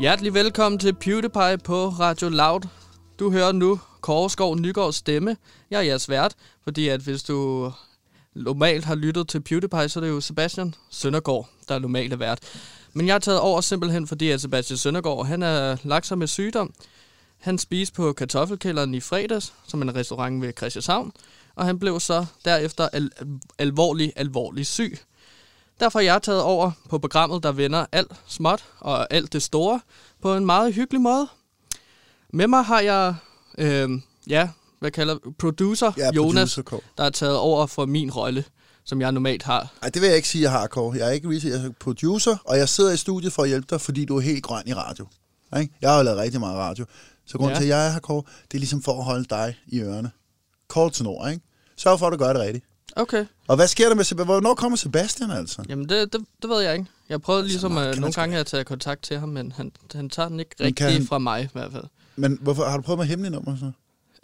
Hjertelig velkommen til PewDiePie på Radio Loud. Du hører nu Kåre Skov Nygaards stemme. Jeg er jeres vært, fordi at hvis du normalt har lyttet til PewDiePie, så er det jo Sebastian Søndergaard, der er normalt vært. Men jeg har taget over simpelthen, fordi at Sebastian Søndergaard, han er lagt sig med sygdom. Han spiste på Kartoffelkælderen i fredags, som en restaurant ved Christianshavn, og han blev så derefter alvorlig syg. Derfor har jeg taget over på programmet, der vender alt småt og alt det store på en meget hyggelig måde. Med mig har jeg, producer Jonas, der er taget over for min rolle, som jeg normalt har. Nej, det vil jeg ikke sige, jeg har, Kåre. Jeg er ikke jeg er producer, og jeg sidder i studiet for at hjælpe dig, fordi du er helt grøn i radio. Ikke? Jeg har jo lavet rigtig meget radio. Så grunden til, at jeg er her, Kåre, det er ligesom for at holde dig i ørerne. Kort til nord, ikke? Sørg for, at du gør det rigtigt. Okay. Og hvad sker der med Sebastian? Hvornår kommer Sebastian, altså? Jamen, det ved jeg ikke. Jeg prøvede ligesom nogle gange at tage kontakt til ham, men han tager den ikke rigtig fra mig, i hvert fald. Men hvorfor har du prøvet med hemmelige nummer, så?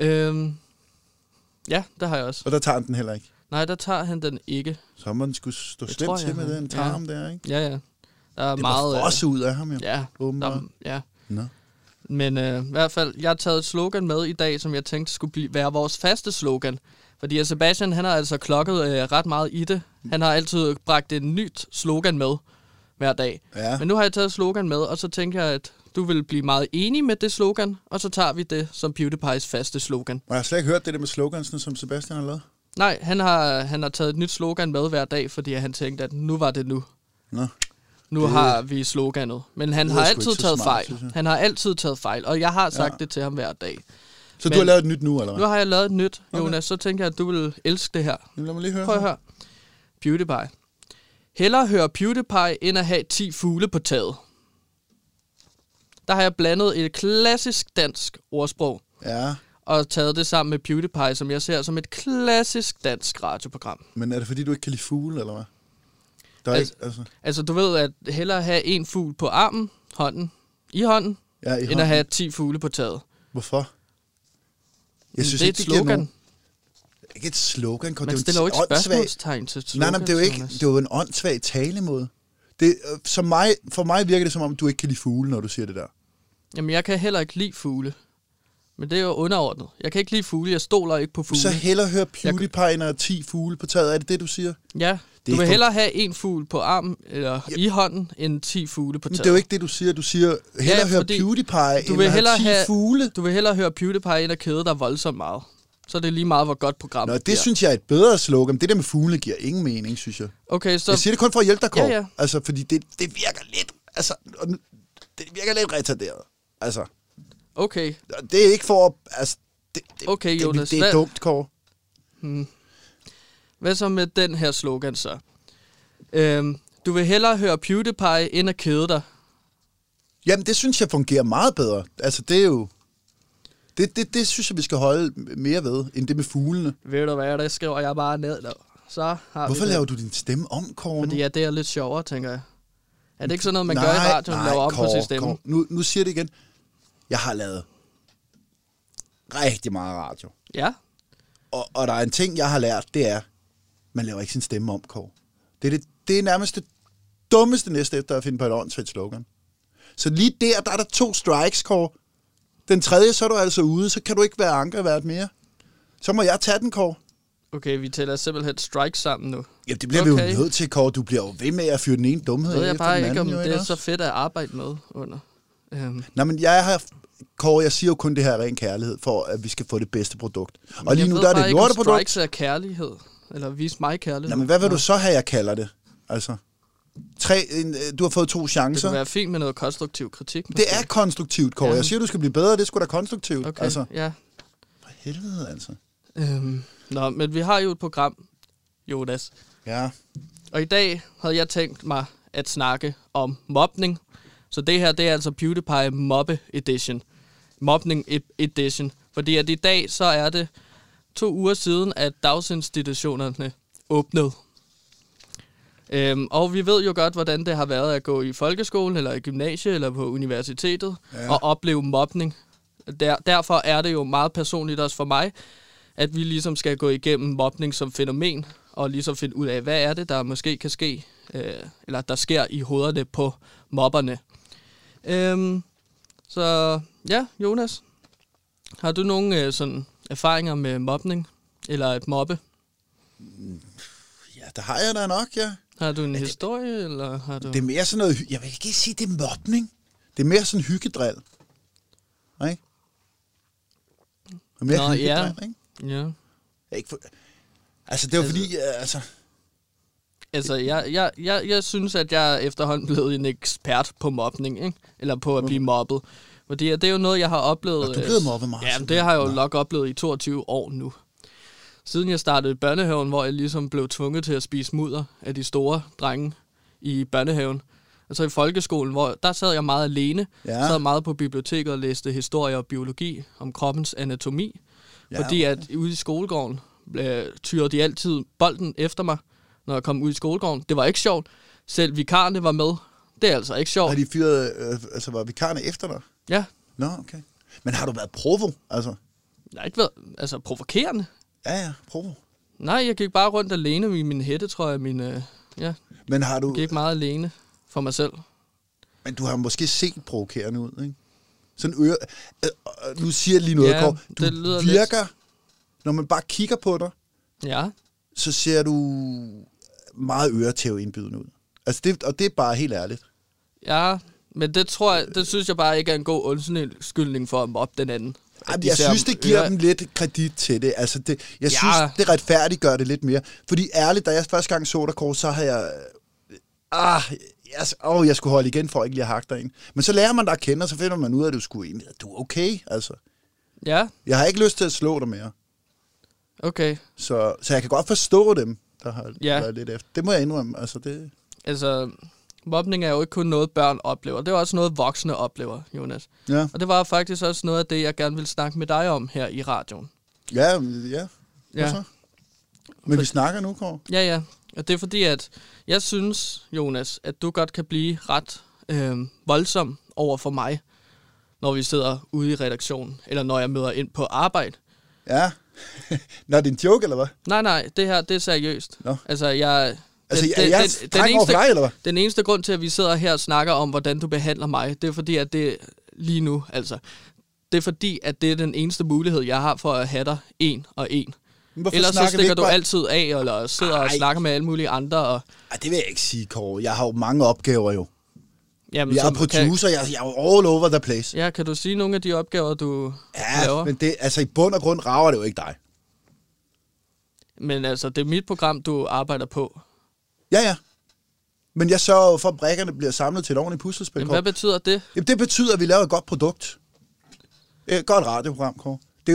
Ja, det har jeg også. Og der tager han den heller ikke? Nej, der tager han den ikke. Så må den skulle stå slemt til med den tarm der, ikke? Ja. Der er det meget... Det også ud af ham, jo. Ja. Nå. Men i hvert fald, jeg har taget et slogan med i dag, som jeg tænkte skulle være vores faste slogan. Fordi Sebastian, han har altså klokket ret meget i det. Han har altid bragt et nyt slogan med hver dag. Ja. Men nu har jeg taget slogan med, og så tænker jeg, at du vil blive meget enig med det slogan, og så tager vi det som PewDiePies faste slogan. Og jeg har slet ikke hørt det der med slogansene, som Sebastian har lavet. Nej, han har taget et nyt slogan med hver dag, fordi han tænkte, at nu var det nu. Nå. Nu har vi sloganet. Men han har altid taget fejl. Han har altid taget fejl, og jeg har sagt det til ham hver dag. Så du har lavet et nyt nu, eller hvad? Nu har jeg lavet et nyt, Jonas. Okay. Så tænker jeg, at du vil elske det her. Jamen, lad mig lige høre. Prøv at høre. PewDiePie. Hellere høre PewDiePie, end at have 10 fugle på taget. Der har jeg blandet et klassisk dansk ordsprog. Ja. Og taget det sammen med PewDiePie, som jeg ser som et klassisk dansk radioprogram. Men er det fordi, du ikke kan lide fugle, eller hvad? Der er altså, du ved, at hellere have en fugl på armen, i hånden, end at have 10 fugle på taget. Hvorfor? Jeg synes det er et slogan. Ikke et slogan. Man stiller jo ikke spørgsmålstegn til slogan. Nej, men det er jo en åndssvag talemåde. For mig virker det som om, du ikke kan lide fugle, når du siger det der. Jamen, jeg kan heller ikke lide fugle. Men det er jo underordnet. Jeg kan ikke lide fugle. Jeg stoler ikke på fugle. Så hellere høre PewDiePie, end 10 fugle på taget. Er det det, du siger? Ja. Du vil hellere have en fugl på armen eller i hånden, end 10 fugle på taget. Men det er jo ikke det, du siger. Du siger hellere høre PewDiePie, end at have 10 fugle. Du vil hellere høre PewDiePie, end at kede dig voldsomt meget. Så er det lige meget, hvor godt program det bliver. Synes jeg er et bedre slogan. Det der med fugle giver ingen mening, synes jeg. Okay, så... Jeg siger det kun for at hjælpe dig, Kåre. Ja. Altså, fordi det virker lidt... Altså, det virker lidt retarderet. Altså... Okay. Det er ikke for... Altså, okay, Jonas. Det er dumt, Kåre. Hvad så med den her slogan, så? Du vil hellere høre PewDiePie, end at kede dig. Jamen, det synes jeg fungerer meget bedre. Altså, det er jo... Det synes jeg, vi skal holde mere ved, end det med fuglene. Ved du hvad, det skriver jeg bare ned. Så har Hvorfor laver du din stemme om, Kåre? Fordi det er lidt sjovere, tænker jeg. Er det ikke sådan noget, man gør i radioen, laver om på sin stemme? Nu siger det igen. Jeg har lavet rigtig meget radio. Ja. Og der er en ting, jeg har lært, det er, man laver ikke sin stemme om, Kåre. Det er nærmest det dummeste næste efter at finde på et åndssvagt slogan. Så lige der er der 2 strikes, Kåre. Den tredje, så er du altså ude, så kan du ikke være ankervært mere. Så må jeg tage den, Kåre. Okay, vi tæller simpelthen strikes sammen nu. Ja, det bliver vi jo nødt til, Kåre. Du bliver jo ved med at fyre den ene dumhed efter den anden. Jeg bare ikke, om det er så fedt at arbejde med under. Nej, men Kåre, jeg siger jo kun det her ren kærlighed, for at vi skal få det bedste produkt. Og lige nu, der er det et lorteprodukt. Jeg ved strikes er kærlighed, eller vis mig kærlighed. Nej, men hvad vil du så have, jeg kalder det? Altså, du har fået 2 chancer. Det kunne være fint med noget konstruktiv kritik. Måske. Det er konstruktivt, Kåre. Ja. Jeg siger, du skal blive bedre, det er sgu da konstruktivt. Okay, altså. Ja. For helvede, altså. Nå, men vi har jo et program, Jonas. Ja. Og i dag havde jeg tænkt mig at snakke om mobning. Så det her, det er altså PewDiePie Mobbe Edition. Mobning Edition. Fordi at i dag, så er det 2 uger siden, at dagsinstitutionerne åbnede. Og vi ved jo godt, hvordan det har været at gå i folkeskolen, eller i gymnasiet, eller på universitetet, og opleve mobning. Derfor er det jo meget personligt også for mig, at vi ligesom skal gå igennem mobning som fænomen, og ligesom finde ud af, hvad er det, der måske kan ske, eller der sker i hovederne på mobberne. Så ja, Jonas. Har du nogle sådan erfaringer med mobning? Eller et mobbe? Ja, der har jeg da nok, ja. Har du en historie, eller har du... Det er mere sådan noget... Jeg vil ikke sige, det er mobning. Det er mere sådan hyggedrill. Ikke? Det er mere hyggedrill, ikke? Ja. Altså, det var fordi... Altså, jeg synes, at jeg er efterhånden blevet en ekspert på mobning, ikke? Eller på at blive mobbet. Fordi det er jo noget, jeg har oplevet... Og du er blevet mobbet meget. Ja, det har jeg jo nok oplevet i 22 år nu. Siden jeg startede i børnehaven, hvor jeg ligesom blev tvunget til at spise mudder af de store drenge i børnehaven. Og så i folkeskolen, hvor der sad jeg meget alene. Ja. Sad meget på biblioteket og læste historie og biologi om kroppens anatomi. Ja, fordi at ude i skolegården tyrede de altid bolden efter mig, når jeg kom ud i skolegården. Det var ikke sjovt. Selv vikarerne var med. Det er altså ikke sjovt. Har de fyret, var vikarerne efter dig? Ja. Nå, okay. Men har du været provo, altså? Jeg har ikke været, provokerende. Ja, provo. Nej, jeg gik bare rundt alene i min hætte, tror jeg. Men har du... Jeg gik meget alene for mig selv. Men du har måske set provokerende ud, ikke? Sådan nu siger jeg lige noget, Kåre. Du virker, lidt... når man bare kigger på dig, så ser du meget øretæveindbydende ud. Altså det er bare helt ærligt. Ja, men det synes jeg bare ikke er en god undskyldning for at mobbe den anden. Jeg synes, det giver dem lidt kredit til det. Altså jeg synes, det retfærdiggør det lidt mere. Fordi ærligt, da jeg første gang så dig, Kåre, så har jeg... jeg skulle holde igen for ikke lige at hakke dig ind. Men så lærer man dig at kende, og så finder man ud af, at du er okay, altså. Ja. Jeg har ikke lyst til at slå dig mere. Okay. Så jeg kan godt forstå dem, der har været lidt efter. Det må jeg indrømme. Altså, mobning er jo ikke kun noget, børn oplever. Det er også noget, voksne oplever, Jonas. Ja. Og det var faktisk også noget af det, jeg gerne vil snakke med dig om her i radioen. Ja. Så? Men vi snakker nu, Kåre. Ja. Og det er fordi, at jeg synes, Jonas, at du godt kan blive ret voldsom over for mig, når vi sidder ude i redaktionen, eller når jeg møder ind på arbejde. Ja. Nå, det er en joke, eller hvad? Nej, det her, det er seriøst. Nå. Altså, den eneste grund til, at vi sidder her og snakker om, hvordan du behandler mig, det er fordi, at det lige nu, altså, det er fordi, at det er den eneste mulighed, jeg har for at have dig en og en. Ellers så stikker du altid af, eller sidder og snakker med alle mulige andre. Og... Ej, det vil jeg ikke sige, Kåre. Jeg har jo mange opgaver jo. Jamen, jeg er producer, jeg er jo all over the place. Ja, kan du sige nogle af de opgaver, du laver? Ja, men det, altså i bund og grund rager det jo ikke dig. Men altså, det er mit program, du arbejder på. Ja. Men jeg sørger for, at brækkerne bliver samlet til et ordentligt puslespil. Jamen, hvad betyder det? Jamen, det betyder, at vi laver et godt produkt. Et godt radioprogram, Kåre.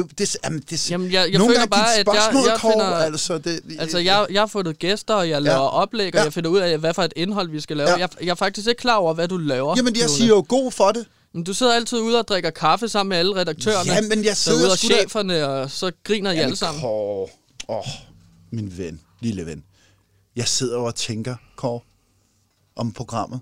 Jamen, jeg føler bare, at jeg finder... Jeg har fundet gæster, og jeg laver oplæg, og jeg finder ud af, hvad for et indhold vi skal lave. Ja. Jeg er faktisk ikke klar over, hvad du laver. Jamen, jeg siger jo god for det. Men du sidder altid ude og drikker kaffe sammen med alle redaktørerne. Jamen, jeg sidder derude og cheferne, og så griner I alle sammen. Kåre, min ven, lille ven. Jeg sidder og tænker, Kåre, om programmet.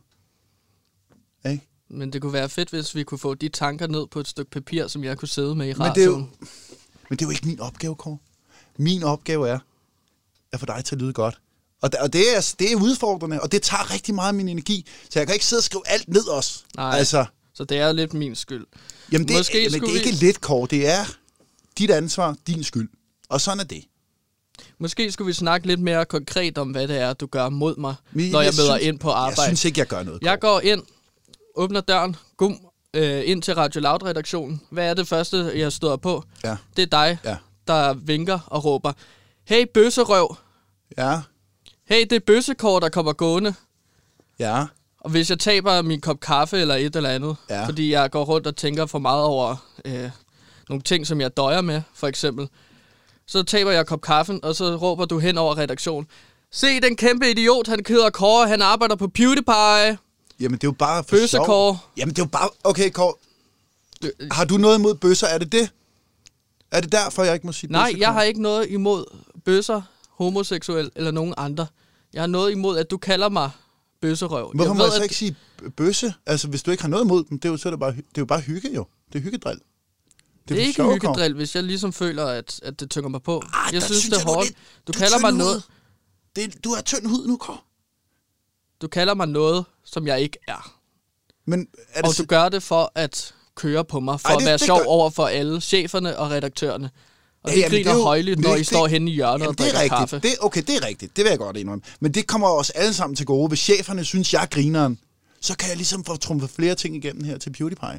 Ikke? Men det kunne være fedt, hvis vi kunne få de tanker ned på et stykke papir, som jeg kunne sidde med i radioen. Men det er jo ikke min opgave, Kåre. Min opgave er at få dig til at lyde godt. Og det er udfordrende, og det tager rigtig meget af min energi. Så jeg kan ikke sidde og skrive alt ned også. Nej, altså, så det er lidt min skyld. Jamen, det er ikke lidt, Kåre. Det er dit ansvar, din skyld. Og sådan er det. Måske skulle vi snakke lidt mere konkret om, hvad det er, du gør mod mig, når jeg møder ind på arbejde. Jeg synes ikke, jeg gør noget, Kåre. Jeg går ind, åbner døren, ind til Radio Loud-redaktionen. Hvad er det første, jeg støder på? Ja. Det er dig, der vinker og råber, hey, bøsserøv. Ja. Hey, det er bøssekår, der kommer gående. Ja. Og hvis jeg taber min kop kaffe eller et eller andet, fordi jeg går rundt og tænker for meget over nogle ting, som jeg døjer med, for eksempel, så taber jeg kop kaffen, og så råber du hen over redaktionen. Se, den kæmpe idiot, han hedder Kåre, han arbejder på PewDiePie. Jamen, det er jo bare for Bøssekår. Jamen, det er jo bare... Okay, Kåre. Har du noget imod bøsser? Er det det? Er det derfor, jeg ikke må sige bøssekår? Nej, jeg har ikke noget imod bøsser, homoseksuel eller nogen andre. Jeg har noget imod, at du kalder mig bøsserøv. Hvorfor må jeg så ikke sige bøsse? Altså, hvis du ikke har noget imod dem, det er jo bare hygge, jo. Det er hyggedrill. Det er ikke hyggedrill, hvis jeg ligesom føler, at det tynger mig på. Jeg synes, det er hårdt. Du kalder mig noget... Du er tynd hud nu, Kåre. Du kalder mig noget, som jeg ikke er. Men og du gør det for at kører på mig, for at være sjov over for alle cheferne og redaktørerne. Og de griner højligt, når I står henne i hjørnet og drikker kaffe. Det er rigtigt. Det vil jeg godt indrømme. Men det kommer os alle sammen til gode. Hvis cheferne synes, jeg er grineren, så kan jeg ligesom få trumfe flere ting igennem her til PewDiePie.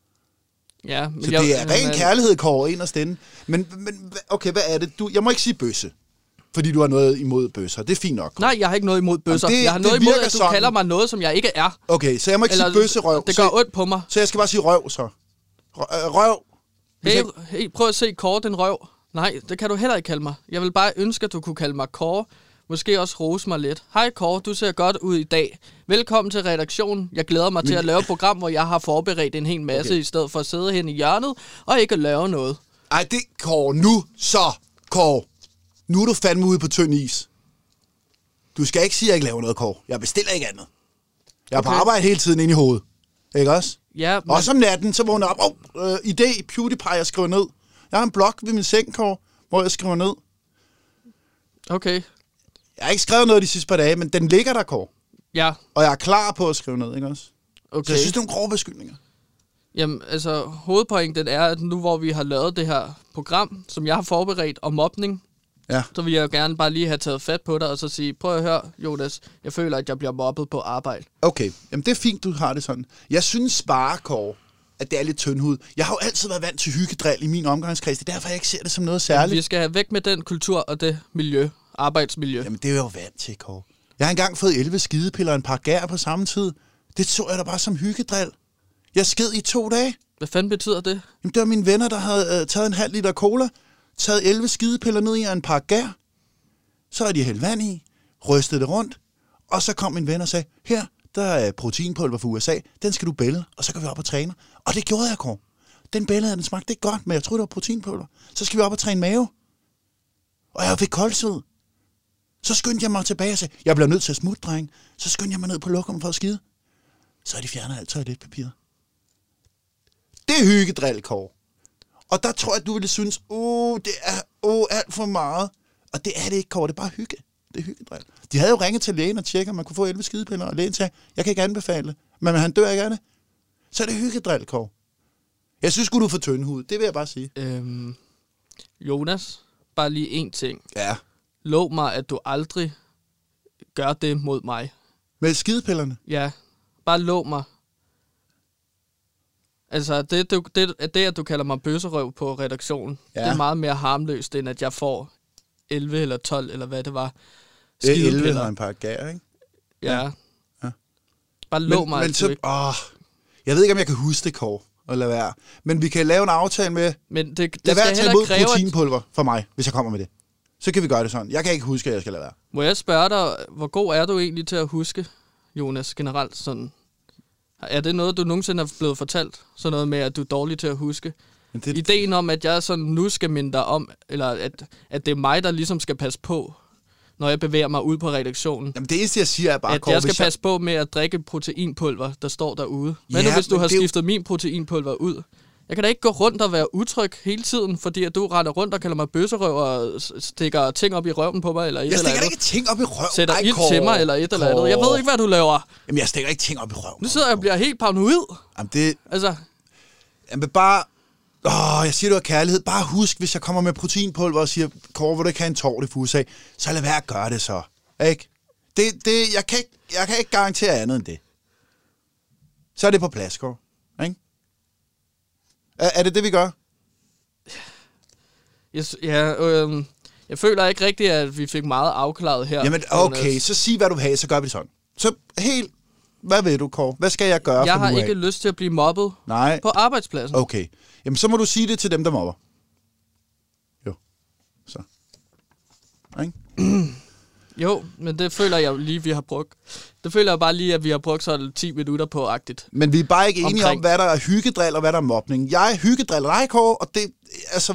Ja, men så det er ren kærlighed, Kåre, inderst inde. Men okay, hvad er det? Jeg må ikke sige bøsse, fordi du har noget imod bøsser. Det er fint nok. Nej, jeg har ikke noget imod bøsser. Jeg har noget imod, at du kalder mig noget, som jeg ikke er. Okay, så jeg må ikke sige bøsserøv. Det gør ondt på mig. Så jeg skal bare sige røv, så. Røv. Hey, prøv at se Kåre, den røv. Nej, det kan du heller ikke kalde mig. Jeg vil bare ønske, at du kunne kalde mig Kåre. Måske også rose mig lidt. Hej Kåre, du ser godt ud i dag. Velkommen til redaktionen. Jeg glæder mig til at lave et program, hvor jeg har forberedt en hel masse, i stedet for at sidde hen i hjørnet og ikke lave noget. Ej, det Kåre, nu så, Kåre. Nu er du fandme ude på tynd is. Du skal ikke sige, at jeg ikke laver noget, Kåre. Jeg bestiller ikke andet. Jeg er på arbejde hele tiden inde i hovedet. Ikke også? Ja, men... Også om natten, så vågner jeg op. Idé, PewDiePie, jeg skriver ned. Jeg har en blog ved min seng, Kåre, hvor jeg skriver ned. Okay. Jeg har ikke skrevet noget de sidste par dage, men den ligger der, Kåre. Ja. Og jeg er klar på at skrive ned, ikke også? Okay. Så jeg synes, det er nogle grove beskyldninger. Jamen, altså, hovedpointen er, at nu hvor vi har lavet det her program, som jeg har forberedt om mobning, så vil jeg jo gerne bare lige have taget fat på dig, og så sige, prøv at høre, Jonas, jeg føler, at jeg bliver mobbet på arbejde. Okay, jamen det er fint, du har det sådan. Jeg synes bare, Kåre, at det er lidt tyndhud. Jeg har jo altid været vant til hyggedrill i min omgangskreds. Det er derfor, jeg ikke ser det som noget særligt. Jamen, vi skal have væk med den kultur og det miljø, arbejdsmiljø. Jamen, det er jeg jo vant til, Kåre. Jeg har engang fået 11 skidepiller og en par gær på samme tid. Det så jeg da bare som hyggedrill. Jeg sked i 2 dage. Hvad fanden betyder det? Jamen, det var mine venner, der havde taget en halv liter cola, taget 11 skidepiller ned i en par gær. Så har de hældt vand i, rystet det rundt, og så kom min ven og sagde, her, der er proteinpulver fra USA, den skal du bælge, og så kan vi op og træne. Og det gjorde jeg, Kåre. Den bælgede, den smagte ikke godt, men jeg troede, det var proteinpulver. Så skal vi op og træne mave. Og jeg fik koldsved. Så skyndte jeg mig tilbage og sagde, jeg bliver nødt til at smutte, dreng. Så skyndte jeg mig ned på lokummet for at skide. Så har de fjernet alt toiletpapiret. Det er hyggedrill, Kåre. Og der tror jeg, du ville synes, det er alt for meget. Og det er det ikke, Kåre. Det er bare hygge. Det er hyggedrill. De havde jo ringet til lægen og tjekket, om man kunne få 11 skidepiller, og lægen sagde, jeg kan ikke anbefale det. Men han dør ikke af det. Så er det hyggedrill, Kåre. Jeg synes du er for tyndhud. Det vil jeg bare sige. Jonas, bare lige én ting. Ja. Lov mig, at du aldrig gør det mod mig. Med skidepillerne? Ja. Bare lov mig. Altså, det at du kalder mig bøsserøv på redaktionen, det er meget mere harmløst, end at jeg får 11 eller 12, eller hvad det var. Det er 11 og en par gær, ikke? Ja. Bare lov mig, men så, jeg ved ikke, om jeg kan huske det, Kåre, og lade være. Men vi kan lave en aftale med... Men det lad være at tage imod kræve, proteinpulver for mig, hvis jeg kommer med det. Så kan vi gøre det sådan. Jeg kan ikke huske, at jeg skal lade være. Må jeg spørge dig, hvor god er du egentlig til at huske, Jonas, generelt sådan? Er det noget, du nogensinde har blevet fortalt? Sådan noget med, at du er dårlig til at huske? Ideen om, at jeg sådan nu skal minde dig om, eller at det er mig, der ligesom skal passe på, når jeg bevæger mig ud på redaktionen. Jamen det eneste, jeg siger, er bare... At jeg skal passe på med at drikke proteinpulver, der står derude. Hvad nu, hvis du har skiftet min proteinpulver ud? Jeg kan da ikke gå rundt og være utryg hele tiden, fordi at du render rundt og kalder mig bøsserøv og stikker ting op i røven på mig, eller et eller andet. Jeg stikker ikke ting op i røven. Sætter ild til mig, eller et eller andet. Jeg ved ikke, hvad du laver. Jamen, jeg stikker ikke ting op i røven. Nu sidder jeg og bliver helt paranoid. Jamen, det... Altså... Jamen, bare... jeg siger, du har kærlighed. Bare husk, hvis jeg kommer med proteinpulver og siger, Kåre, vil du ikke have en tår, det fuser af, så lad være at gøre det så. Ikke? Jeg kan ikke garantere andet end det. Så er det på plads, Kåre. Ikke? Er det, vi gør? Jeg føler ikke rigtigt, at vi fik meget afklaret her. Jamen, okay, så sig, hvad du vil have, så gør vi det sådan. Så helt... Hvad ved du, Kåre? Hvad skal jeg gøre? Jeg har ikke lyst til at blive mobbet på arbejdspladsen. Okay. Jamen, så må du sige det til dem, der mobber. Jo. Så. Ikke? Jo, men det føler jeg lige, vi har brugt. Det føler jeg bare lige, at vi har brugt så 10 minutter på-agtigt. Men vi er bare ikke enige om, hvad der er hyggedrill og hvad der er mobning. Jeg er hyggedriller dig, Kåre, og det... Altså...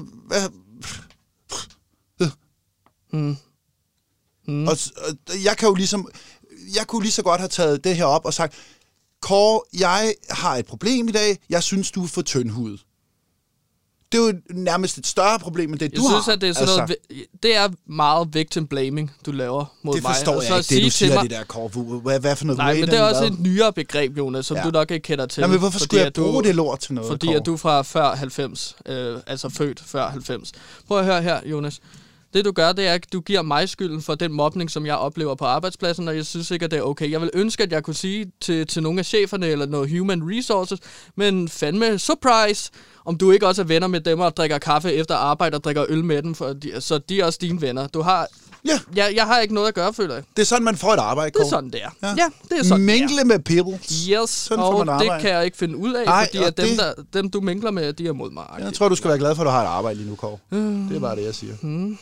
Og jeg kan jo ligesom... Jeg kunne lige så godt have taget det her op og sagt, Kåre, jeg har et problem i dag. Jeg synes, du er for tyndhud. det er jo nærmest et større problem, end det, du har. Jeg synes, at det er sådan noget, det er meget victim blaming, du laver mod mig. Det forstår jeg ikke, det du siger, det der, Kåre. Hvad for noget? Nej, men det er også et nyere begreb, Jonas, som du nok ikke kender til. Nej, men hvorfor skulle jeg bruge det lort til noget, Fordi Kåre? at du er fra før 90, altså født før 90. Prøv at høre her, Jonas. Det du gør, det er, at du giver mig skylden for den mobning, som jeg oplever på arbejdspladsen, og jeg synes ikke, at det er okay. Jeg vil ønske, at jeg kunne sige til nogle af cheferne eller noget human resources, men fandme surprise, om du ikke også er venner med dem og drikker kaffe efter arbejde og drikker øl med dem, så de er også dine venner. Du har... Ja. Jeg har ikke noget at gøre, føler jeg. Det er sådan, man får et arbejde, Kåre. Det er sådan, det er. Ja, det er sådan, mingle med people. Yes, sådan og det kan jeg ikke finde ud af, fordi at dem, du mingler med, de er mod mig. Jeg tror, du skal være glad for, at du har et arbejde lige nu, Kåre. Det er bare det, jeg siger.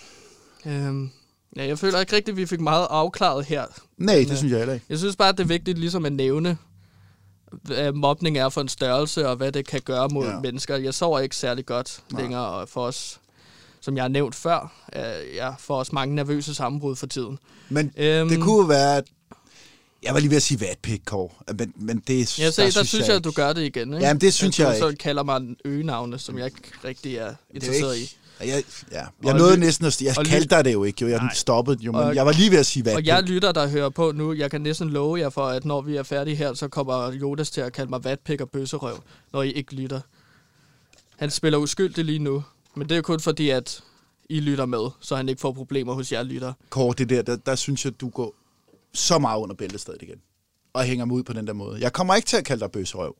Jeg føler ikke rigtigt, at vi fik meget afklaret her. Nej, det synes jeg heller ikke. Jeg synes bare, at det er vigtigt ligesom at nævne, hvad mobning er for en størrelse, og hvad det kan gøre mod mennesker. Jeg sover ikke særlig godt længere, og for os, som jeg har nævnt før, jeg får også mange nervøse sammenbrud for tiden. Men det kunne være, at jeg var lige ved at sige vatpik, Kåre. Men det der synes jeg, at du gør det igen. Ikke? Jamen, det synes jeg ikke. Så kalder mig en øgenavne, som jeg ikke rigtig er interesseret i. Jeg nåede næsten at jeg kaldte dig det jo ikke, jo. Jeg stoppede jo, men jeg var lige ved at sige hvad. Og jeg lytter, der hører på nu, jeg kan næsten love jer for, at når vi er færdige her, så kommer Jonas til at kalde mig vatpik og bøsserøv, når I ikke lytter. Han spiller uskyldig lige nu, men det er jo kun fordi, at I lytter med, så han ikke får problemer hos jer lytter. Kåre, det der synes jeg, du går så meget under bæltestedet igen, og hænger mig ud på den der måde. Jeg kommer ikke til at kalde dig bøsserøv.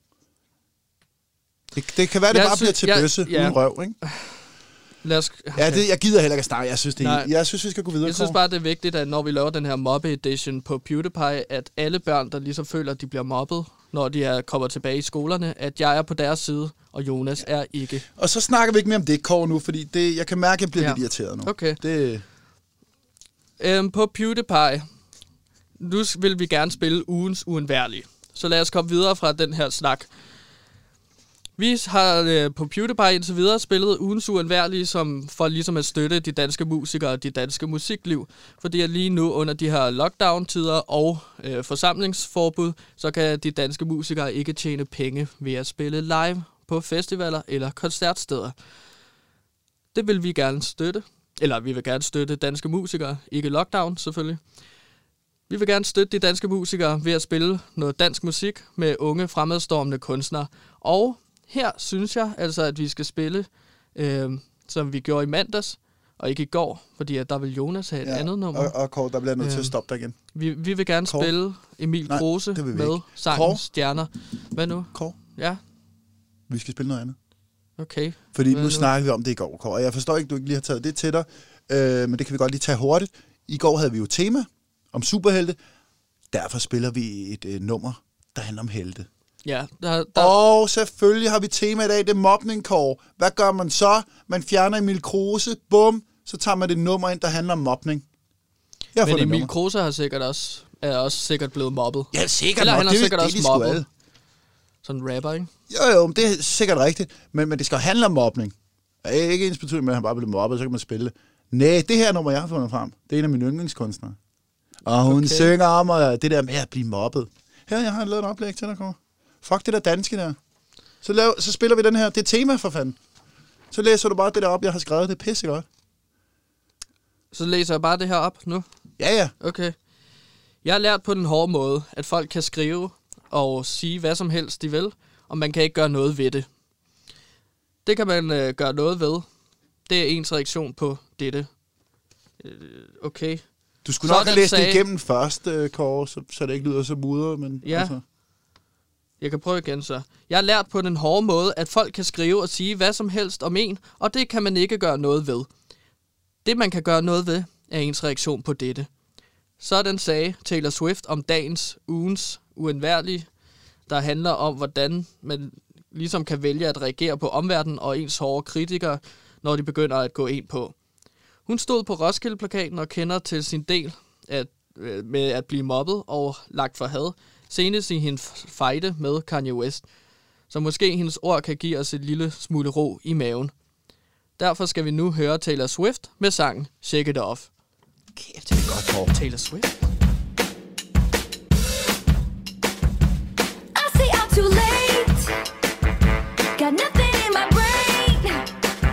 Det kan være, det bare bliver til bøsse uden røv, ikke? Okay. Jeg gider heller ikke at snakke. Jeg synes, vi skal gå videre. Jeg synes bare, det er vigtigt, at når vi laver den her mobbe-edition på PewDiePie, at alle børn, der ligesom føler, at de bliver mobbet, når de kommer tilbage i skolerne, at jeg er på deres side, og Jonas er ikke. Og så snakker vi ikke mere om det, Kåre, nu, fordi jeg kan mærke, at jeg bliver lidt irriteret nu. Okay. På PewDiePie, nu vil vi gerne spille ugens uundværlige. Så lad os komme videre fra den her snak. Vi har på PewDiePie indtil videre spillet ugens uundværlige, som for ligesom at støtte de danske musikere og de danske musikliv. Fordi at lige nu under de her lockdown-tider og forsamlingsforbud, så kan de danske musikere ikke tjene penge ved at spille live på festivaler eller koncertsteder. Det vil vi gerne støtte. Eller vi vil gerne støtte danske musikere, ikke lockdown selvfølgelig. Vi vil gerne støtte de danske musikere ved at spille noget dansk musik med unge fremadstormende kunstnere. Og her synes jeg altså, at vi skal spille, som vi gjorde i mandags, og ikke i går, fordi at der vil Jonas have et andet nummer. Og Kåre, der bliver nødt til at stoppe dig igen. Vi vil gerne spille Emil Kruse med sangen Stjerner. Hvad nu? Kåre? Ja? Vi skal spille noget andet. Okay. Fordi nu snakker vi om det i går, Kåre. Og jeg forstår ikke, du ikke lige har taget det til dig, men det kan vi godt lige tage hurtigt. I går havde vi jo tema om superhelte. Derfor spiller vi et nummer, der handler om helte. Ja, Og selvfølgelig har vi tema i dag, det er mobning, Kåre. Hvad gør man så? Man fjerner Emil Kruse, bum, så tager man det nummer ind, der handler om mobning. Men Emil Kruse er også sikkert blevet mobbet. Ja, sikkert. Eller han er sikkert det, også mobbet. Sådan en rapper, ikke? Jo, det er sikkert rigtigt. Men det skal handle om mobning. Det er ikke ens betydning med, at han bare bliver mobbet, så kan man spille det. Nej, det her nummer, jeg har fundet frem, det er en af mine yndlingskunstnere. Og hun synger om det der med at blive mobbet. Her, jeg har lavet et oplæg til dig, Kåre. Fuck det der danske der. Så spiller vi den her. Det er tema, for fanden. Så læser du bare det der op, jeg har skrevet. Det er pissegodt. Så læser jeg bare det her op nu? Ja. Okay. Jeg har lært på den hårde måde, at folk kan skrive og sige hvad som helst, de vil, og man kan ikke gøre noget ved det. Det kan man gøre noget ved. Det er ens reaktion på dette. Okay. Du skulle nok have læst det igennem først, Kåre, så det ikke lyder så mudret, men... Ja. Altså. Jeg kan prøve igen så. Jeg har lært på den hårde måde, at folk kan skrive og sige hvad som helst om en, og det kan man ikke gøre noget ved. Det man kan gøre noget ved, er ens reaktion på dette. Sådan sagde Taylor Swift om ugens uundværlige, der handler om, hvordan man ligesom kan vælge at reagere på omverdenen og ens hårde kritikere, når de begynder at gå ind på. Hun stod på Roskilde-plakaten og kender til sin del med at blive mobbet og lagt for had, senest i hendes fejde med Kanye West. Så måske hendes ord kan give os et lille smule ro i maven. Derfor skal vi nu høre Taylor Swift med sangen Shake It Off. Kæft, det er godt, Kåre. Taylor Swift. I say I'm too late. Got nothing in my brain.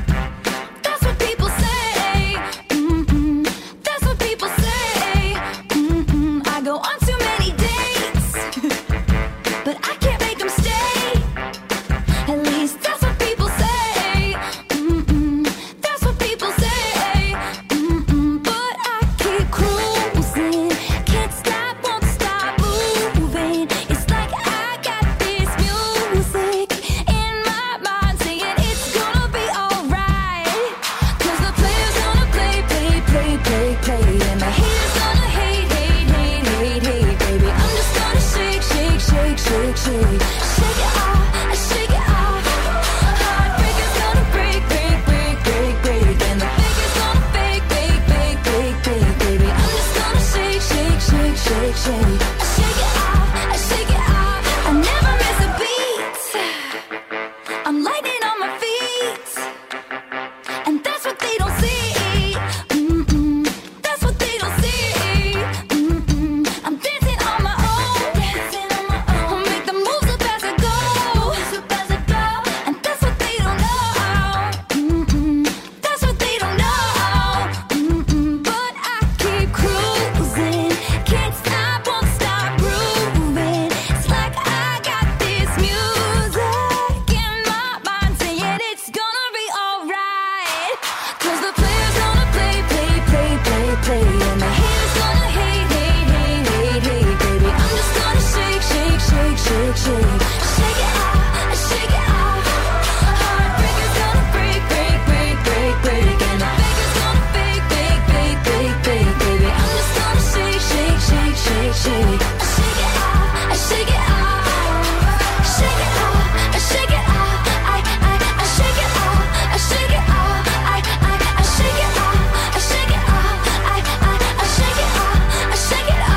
shake, shake. I shake it off, I shake it off. I never miss a beat. I'm lightning on my feet, and that's what they don't see. That's what they don't see. I'm dancing on my own, dancing on my own. I'll make the moves up as I go, and that's what they don't know. That's what they don't know. But I keep cruising, can't stop, won't stop grooving. It's like I got this music in my mind saying it's gonna be alright. 'Cause the player's gonna play, play, play, play, play, and the haters gonna hate, hate, hate, hate, hate, baby. I'm just gonna shake, shake, shake, shake, shake. Shake it off, shake it off. Heartbreaker's gonna break, break, break, break, break, and the faker's gonna fake, fake, fake, fake, fake, baby. I'm just gonna shake, shake, shake, shake, shake. Shake it off, shake it off. Shake it off, shake it off. I shake it off, I shake it off. I shake it off, I shake it off. I shake it off, I shake it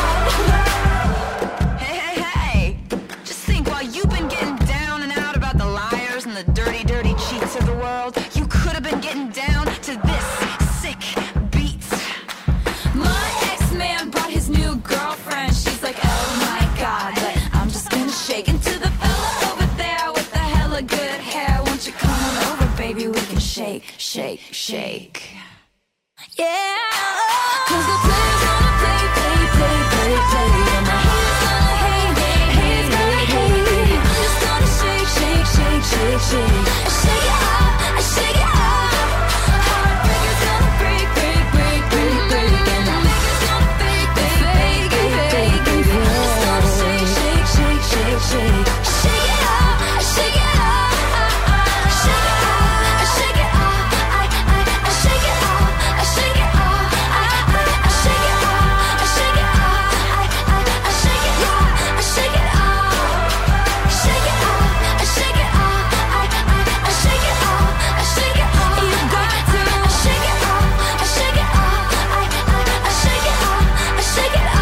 off. Hey, hey, hey! Just think, while you've been getting down and out about the liars and the dirty, dirty cheats of the world, you could have been getting down to this sick beat. My ex-man brought his new girlfriend. She's like, oh my god, but I'm just gonna shake into the fella over there with the hella good hair. Won't you come on over, baby? We can shake, shake, shake. Yeah. 'Cause the player's gonna play, play, play, play, play, and the haters gonna hate, hate, hate, hate, hate. I'm just gonna shake, shake, shake, shake, shake. I shake it off, I shake it off. Heartbreaker's gonna break, break, break, break, break, and the faker's gonna fake, fake, fake, fake, fake, baby. I'm just gonna shake, shake, shake, shake, shake. Shake it off, I shake it off. Shake it off, I shake it off. I shake it off, I shake it off. I shake it off, I shake it off. I shake it off, I shake it off. Shake it off, I shake it off. I shake it off, I shake it off. You got to shake it off, I shake it off. I shake it off, I shake it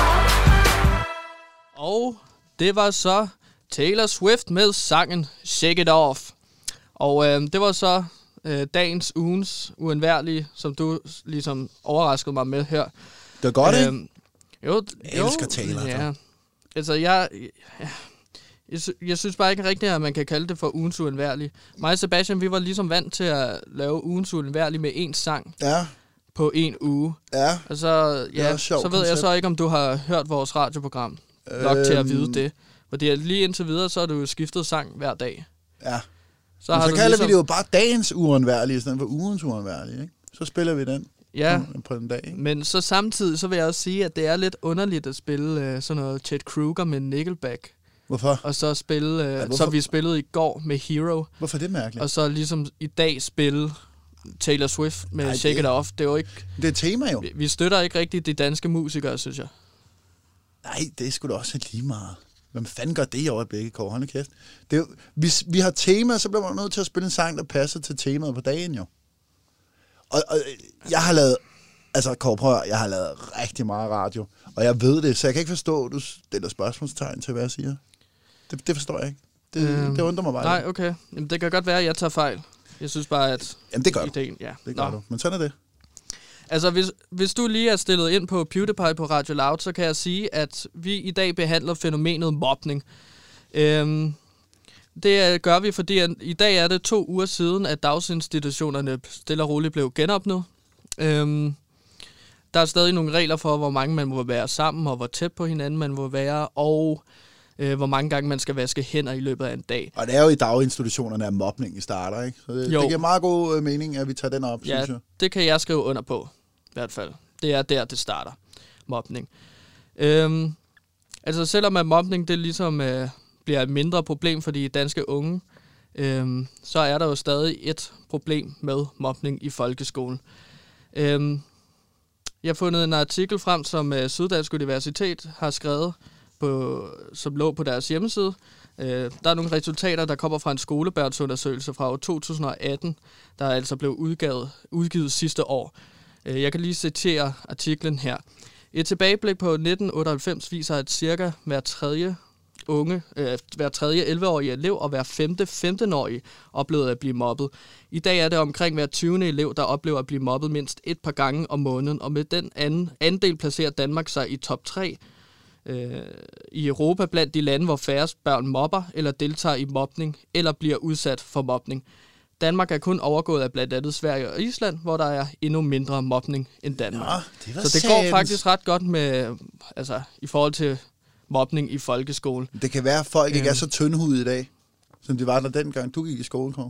off. Og det var så Taylor Swift med sangen Shake It Off. Og det var så ugens uundværlige, som du ligesom overraskede mig med her. Det er godt, ikke? Jo, Jeg elsker Taylor. ja. Altså, jeg synes bare ikke rigtigt, at man kan kalde det for ugens uundværlige. Mig og Sebastian, vi var ligesom vant til at lave ugens uundværlige med én sang Ja, på en uge. ja. Og så, er et sjovt så ved jeg koncept. så ikke, om du har hørt vores radioprogram nok til at vide det. Fordi lige indtil videre, så har du jo skiftet sang hver dag. Ja. Så, Men har så du kalder ligesom, vi det jo bare dagens uundværlige, i stedet for ugens uundværlige, ikke? Så spiller vi den Ja, på en dag, ikke? men så samtidig, så vil jeg også sige, at det er lidt underligt at spille sådan noget Chet Kruger med Nickelback. Hvorfor? Og så spille, hvorfor? som vi spillede i går med Hero. Hvorfor er det mærkeligt? Og så ligesom i dag spille Taylor Swift med Nej, Shake It Off. Det er jo ikke... Det er et tema jo. Vi støtter ikke rigtig de danske musikere, synes jeg. Nej, det er sgu da også lige meget. Hvem fanden gør det i øjeblikket, Kåre? Hold nu kæft. Det er jo, hvis vi har tema, så bliver man nødt til at spille en sang, der passer til temaet på dagen, jo. Og jeg har lavet... Altså, Kåre, prøv at, jeg har lavet rigtig meget radio, og jeg ved det, så jeg kan ikke forstå, at du stiller spørgsmålstegn til, hvad jeg siger. Det forstår jeg ikke. Det undrer mig bare. Nej, okay. Jamen, det kan godt være, at jeg tager fejl. Jeg synes bare, at... Jamen, det gør du. ideen, ja. Det gør du. Men sådan er det. Altså, hvis du lige er stillet ind på PewDiePie på Radio Loud, så kan jeg sige, at vi i dag behandler fænomenet mobning. Det gør vi, fordi at i dag er det 2 uger siden, at dagsinstitutionerne stille og roligt blev genåbnet. Der er stadig nogle regler for, hvor mange man må være sammen, og hvor tæt på hinanden man må være, og hvor mange gange man skal vaske hænder i løbet af en dag. Og det er jo i daginstitutionerne, at mobning starter, ikke? Så det giver meget god mening, at vi tager den op, synes jeg. Det kan jeg skrive under på, i hvert fald. Det er der, det starter, mobning. Altså selvom at mobning, det ligesom bliver et mindre problem for de danske unge, så er der jo stadig et problem med mobning i folkeskolen. Jeg har fundet en artikel frem, som Syddansk Universitet har skrevet, som lå på deres hjemmeside. Der er nogle resultater, der kommer fra en skolebørnsundersøgelse fra år 2018, der altså blev udgivet sidste år. Jeg kan lige citere artiklen her. Et tilbageblik på 1998 viser, at cirka hver tredje 11-årige elev og hver femte 15-årige oplevede at blive mobbet. I dag er det omkring hver 20. elev, der oplever at blive mobbet mindst et par gange om måneden, og med den andel placerer Danmark sig i top 3 i Europa blandt de lande, hvor færrest børn mobber eller deltager i mobning eller bliver udsat for mobning. Danmark er kun overgået af blandt andet Sverige og Island, hvor der er endnu mindre mobning end Danmark. Ja, så det går faktisk ret godt med, altså i forhold til mobning i folkeskolen. Det kan være, at folk ikke er så tyndhudede i dag, som de var der dengang du gik i skole, Kåre.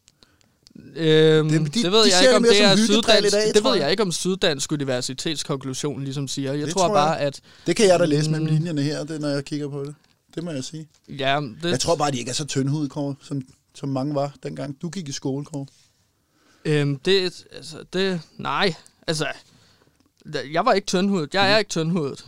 Det ved jeg ikke, om det er Syddansk. Det ved jeg ikke, om Syddansk Universitets konklusion ligesom siger. Jeg tror bare, at... Det kan jeg da læse mellem linjerne her, det, når jeg kigger på det. Det må jeg sige. Ja, jeg tror bare, at de ikke er så tyndhudede, Kåre, som mange var, dengang du gik i skole, Kåre. Nej. Altså, jeg var ikke tyndhudet. Jeg er ikke tyndhudet.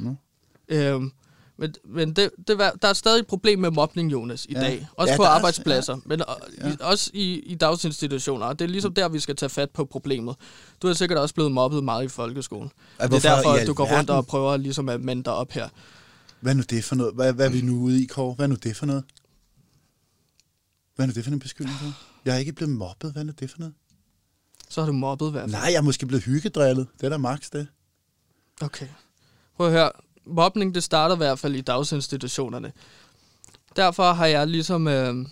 Men der er stadig et problem med mobning, Jonas, i dag. Også på arbejdspladser, men også i dagsinstitutioner. Og det er ligesom der, vi skal tage fat på problemet. Du er sikkert også blevet mobbet meget i folkeskolen. Det er derfor, at du går rundt og prøver ligesom at mande dig op her. Hvad er nu det for noget? Hvad er vi nu ude i, Kåre? Hvad er nu det for noget? Hvad er nu det for en beskyldning for? Jeg er ikke blevet mobbet. Hvad er nu det for noget? Så har du mobbet i hvert fald. Nej, jeg er måske blevet hyggedrillet. Det er da max det. Okay. Prøv at høre. Mobning, det starter i hvert fald i dagsinstitutionerne. Derfor har jeg ligesom...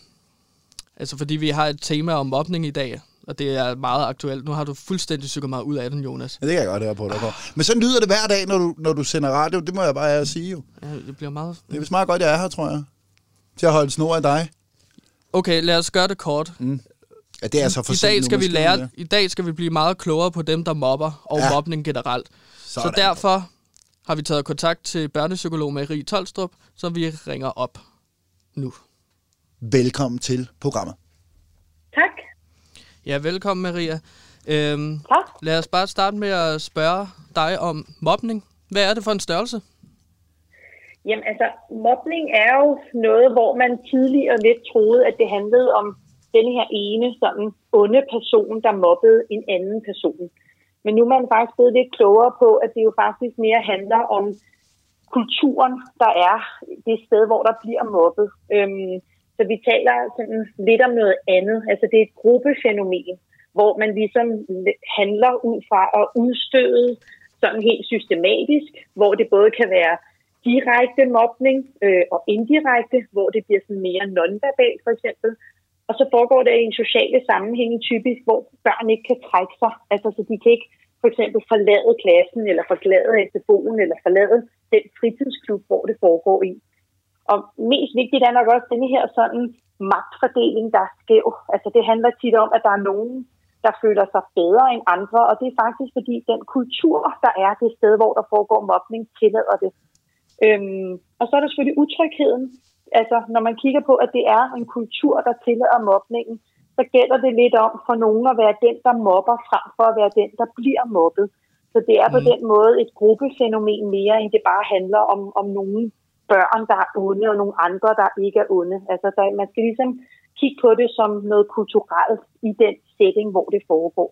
fordi vi har et tema om mobning i dag, og det er meget aktuelt. Nu har du fuldstændig cyklet mig ud af den, Jonas. Ja, det kan jeg godt høre på dig. Men så lyder det hver dag, når du sender radio. Det må jeg bare sige jo. Ja, det bliver meget... Det er vist meget godt, jeg er her, tror jeg. Til at holde snor af dig. Okay, lad os gøre det kort. Ja, det er så for I dag skal vi blive meget klogere på dem, der mobber, og mobning generelt. Så derfor har vi taget kontakt til børnepsykolog Marie Tolstrup, som vi ringer op nu. Velkommen til programmet. Tak. Ja, velkommen Maria. Tak. Lad os bare starte med at spørge dig om mobning. Hvad er det for en størrelse? Jamen altså, mobning er jo noget, hvor man tidligere lidt troede, at det handlede om denne her ene sådan onde person, der mobbede en anden person. Men nu er man faktisk blevet lidt klogere på, at det jo faktisk mere handler om kulturen, der er det sted, hvor der bliver mobbet. Så vi taler sådan lidt om noget andet. Altså det er et gruppefænomen, hvor man ligesom handler ud fra at udstøde sådan helt systematisk, hvor det både kan være direkte mobning og indirekte, hvor det bliver sådan mere nonverbalt for eksempel. Og så foregår det i en sociale sammenhæng typisk, hvor børn ikke kan trække sig. Altså så de kan ikke for eksempel forlade klassen, eller forlade SFO'en, eller forlade den fritidsklub, hvor det foregår i. Og mest vigtigt er nok også denne her sådan magtfordeling, der er skæv. Altså det handler tit om, at der er nogen, der føler sig bedre end andre, og det er faktisk fordi den kultur, der er det sted, hvor der foregår mobning, tillader det. Og så er der selvfølgelig utrygheden. Altså når man kigger på, at det er en kultur, der tillader mobningen, så gælder det lidt om for nogen at være den, der mobber, frem for at være den, der bliver mobbet. Så det er på den måde et gruppefænomen mere, end det bare handler om nogle børn, der er onde, og nogle andre, der ikke er onde. Altså man skal ligesom kigge på det som noget kulturelt i den setting, hvor det foregår.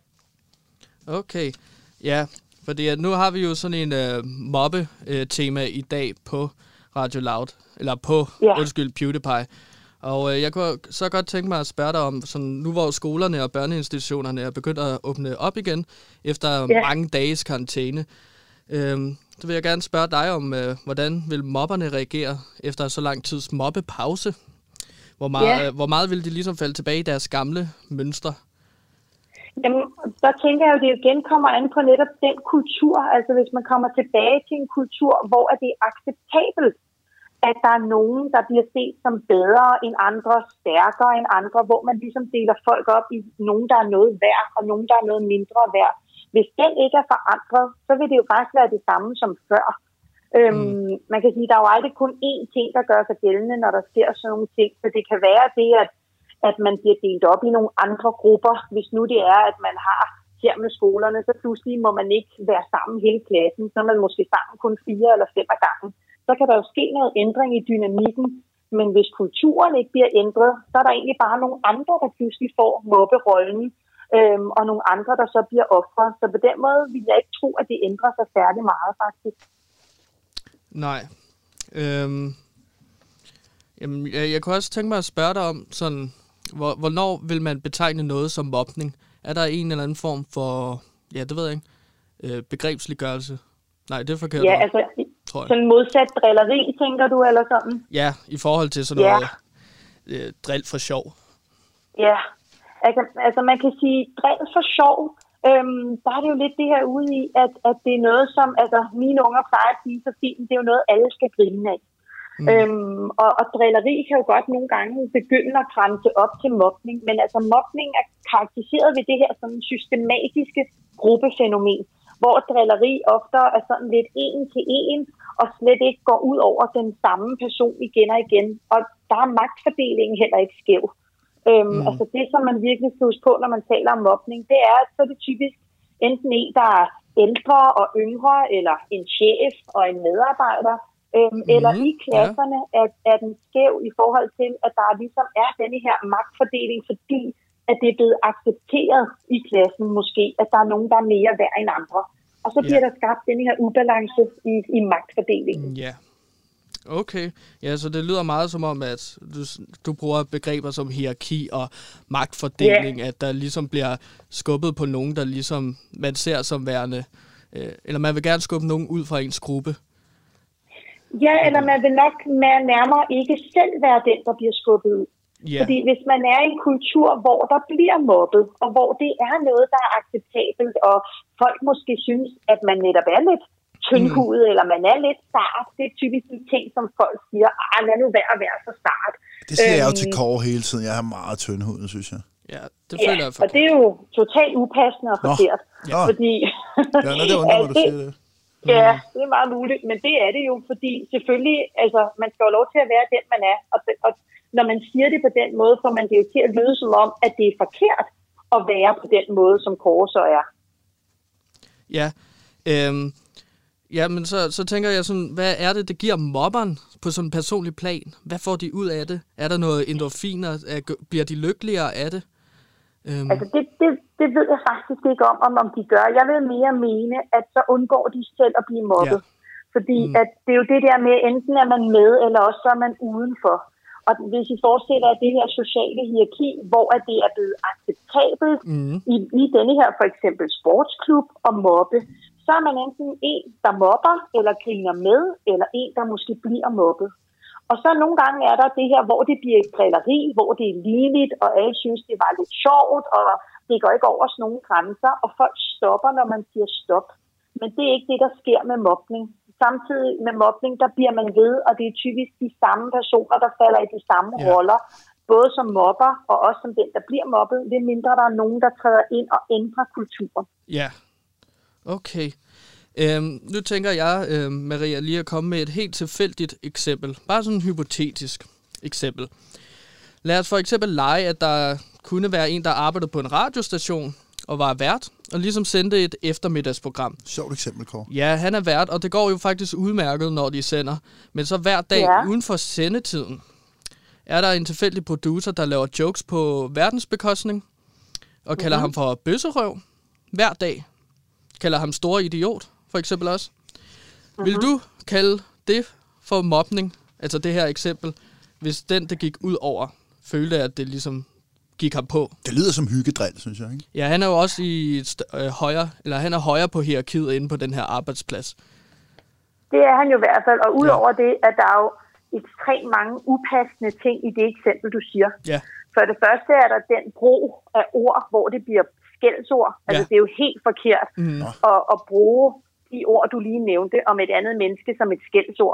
Okay, ja, fordi nu har vi jo sådan en mobbe-tema i dag på Radio Loud, eller på, PewDiePie. Og jeg kunne så godt tænke mig at spørge dig om, sådan, nu hvor skolerne og børneinstitutionerne er begyndt at åbne op igen, efter mange dages karantæne, så vil jeg gerne spørge dig om, hvordan vil mobberne reagere efter så lang tids mobbepause? Hvor meget vil de ligesom falde tilbage i deres gamle mønstre? Jamen, der tænker jeg jo, det igen kommer an på netop den kultur. Altså hvis man kommer tilbage til en kultur, hvor det er acceptabelt, at der er nogen, der bliver set som bedre end andre, stærkere end andre, hvor man ligesom deler folk op i nogen, der er noget værd, og nogen, der er noget mindre værd. Hvis den ikke er forandret, så vil det jo faktisk være det samme som før. Man kan sige, at der er jo aldrig kun én ting, der gør sig gældende, når der sker sådan nogle ting. Så det kan være det, at man bliver delt op i nogle andre grupper. Hvis nu det er, at man har her med skolerne, så pludselig må man ikke være sammen hele klassen. Så er man måske sammen kun 4 eller 5 ad gangen. Så kan der jo ske noget ændring i dynamikken. Men hvis kulturen ikke bliver ændret, så er der egentlig bare nogle andre, der pludselig får mobberollen. Og nogle andre, der så bliver ofre. Så på den måde vil jeg ikke tro, at det ændrer sig særlig meget, faktisk. Nej. Jamen, jeg kunne også tænke mig at spørge dig om, sådan, hvornår vil man betegne noget som mobning? Er der en eller anden form for, ja, det ved jeg ikke, begrebsliggørelse? Nej, det er forkert. Ja, altså sådan modsat drilleri, tænker du, eller sådan? Ja, i forhold til sådan noget drill for sjov. Ja, altså man kan sige drill for sjov. Der er det jo lidt det her ude i, at det er noget, som altså mine unger plejer at sige så fint, det er jo noget, alle skal grine af. Og drilleri kan jo godt nogle gange begynde at grænse op til mobning, men altså mobning er karakteriseret ved det her sådan systematiske gruppefænomen, hvor drilleri ofte er sådan lidt en til en, og slet ikke går ud over den samme person igen og igen. Og der er magtfordelingen heller ikke skæv. Altså det, som man virkelig skal huske på, når man taler om mobning, det er, at så er det typisk enten en, der er ældre og yngre, eller en chef og en medarbejder, eller i klasserne er den skæv i forhold til, at der ligesom er denne her magtfordeling, fordi at det er blevet accepteret i klassen måske, at der er nogen, der er mere værd end andre. Og så bliver der skabt denne her ubalance i magtfordelingen. Ja. Okay. Ja, så det lyder meget som om, at du bruger begreber som hierarki og magtfordeling, at der ligesom bliver skubbet på nogen, der ligesom man ser som værende, eller man vil gerne skubbe nogen ud fra ens gruppe. Ja, eller man vil nok nærmere ikke selv være den, der bliver skubbet ud. Yeah. Fordi hvis man er i en kultur, hvor der bliver mobbet, og hvor det er noget, der er acceptabelt, og folk måske synes, at man netop er lidt tyndhudet, eller man er lidt sart, det er typisk de ting, som folk siger, lad nu være så sart. Det siger jeg jo til Kåre hele tiden. Jeg er meget tyndhudet, synes jeg. Ja, det føler jeg for. Og det er jo totalt upassende og forkert. Fordi det undrer mig, du siger det. Ja, det er meget muligt, men det er det jo, fordi selvfølgelig, altså, man skal jo lov til at være den, man er, og når man siger det på den måde, får man det jo til at lyde som om, at det er forkert at være på den måde, som Kåre så er. Ja, men så tænker jeg sådan, hvad er det giver mobberen på sådan en personlig plan? Hvad får de ud af det? Er der noget endorfiner? Bliver de lykkeligere af det? Altså det ved jeg faktisk ikke om de gør. Jeg vil mere mene, at så undgår de selv at blive mobbet. Ja. Fordi at det er jo det der med, enten er man med, eller også så er man udenfor. Og hvis I forestiller jer det her sociale hierarki, hvor at det er blevet acceptabelt i denne her for eksempel sportsklub og mobbe, så er man enten en, der mobber eller griner med, eller en, der måske bliver mobbet. Og så nogle gange er der det her, hvor det bliver et drilleri, hvor det er ligeligt, og alle synes, det var lidt sjovt, og det går ikke over sådan nogle grænser, og folk stopper, når man siger stop. Men det er ikke det, der sker med mobning. Samtidig med mobning, der bliver man ved, og det er typisk de samme personer, der falder i de samme roller, både som mobber, og også som den, der bliver mobbet, det mindre der er nogen, der træder ind og ændrer kulturen. Ja, okay. Nu tænker jeg, Maria, lige at komme med et helt tilfældigt eksempel. Bare sådan et hypotetisk eksempel. Lad os for eksempel lege, at der kunne være en, der arbejdede på en radiostation og var vært, og ligesom sendte et eftermiddagsprogram. Sjovt eksempel, Kåre. Ja, han er vært, og det går jo faktisk udmærket, når de sender. Men så hver dag uden for sendetiden, er der en tilfældig producer, der laver jokes på verdensbekostning, og kalder ham for bøsserøv. Hver dag. Kalder ham store idiot, for eksempel også. Vil du kalde det for mobning, altså det her eksempel, hvis den, der gik ud over, følte, at det ligesom gik ham på? Det lyder som hyggedrill, synes jeg, ikke? Ja, han er jo også i han er højere på hierarkiet inde på den her arbejdsplads. Det er han jo i hvert fald, og udover det, at der er jo ekstremt mange upassende ting i det eksempel, du siger. Ja. For det første er der den brug af ord, hvor det bliver skældsord. Altså det er jo helt forkert at bruge de ord, du lige nævnte, om et andet menneske som et skældsord.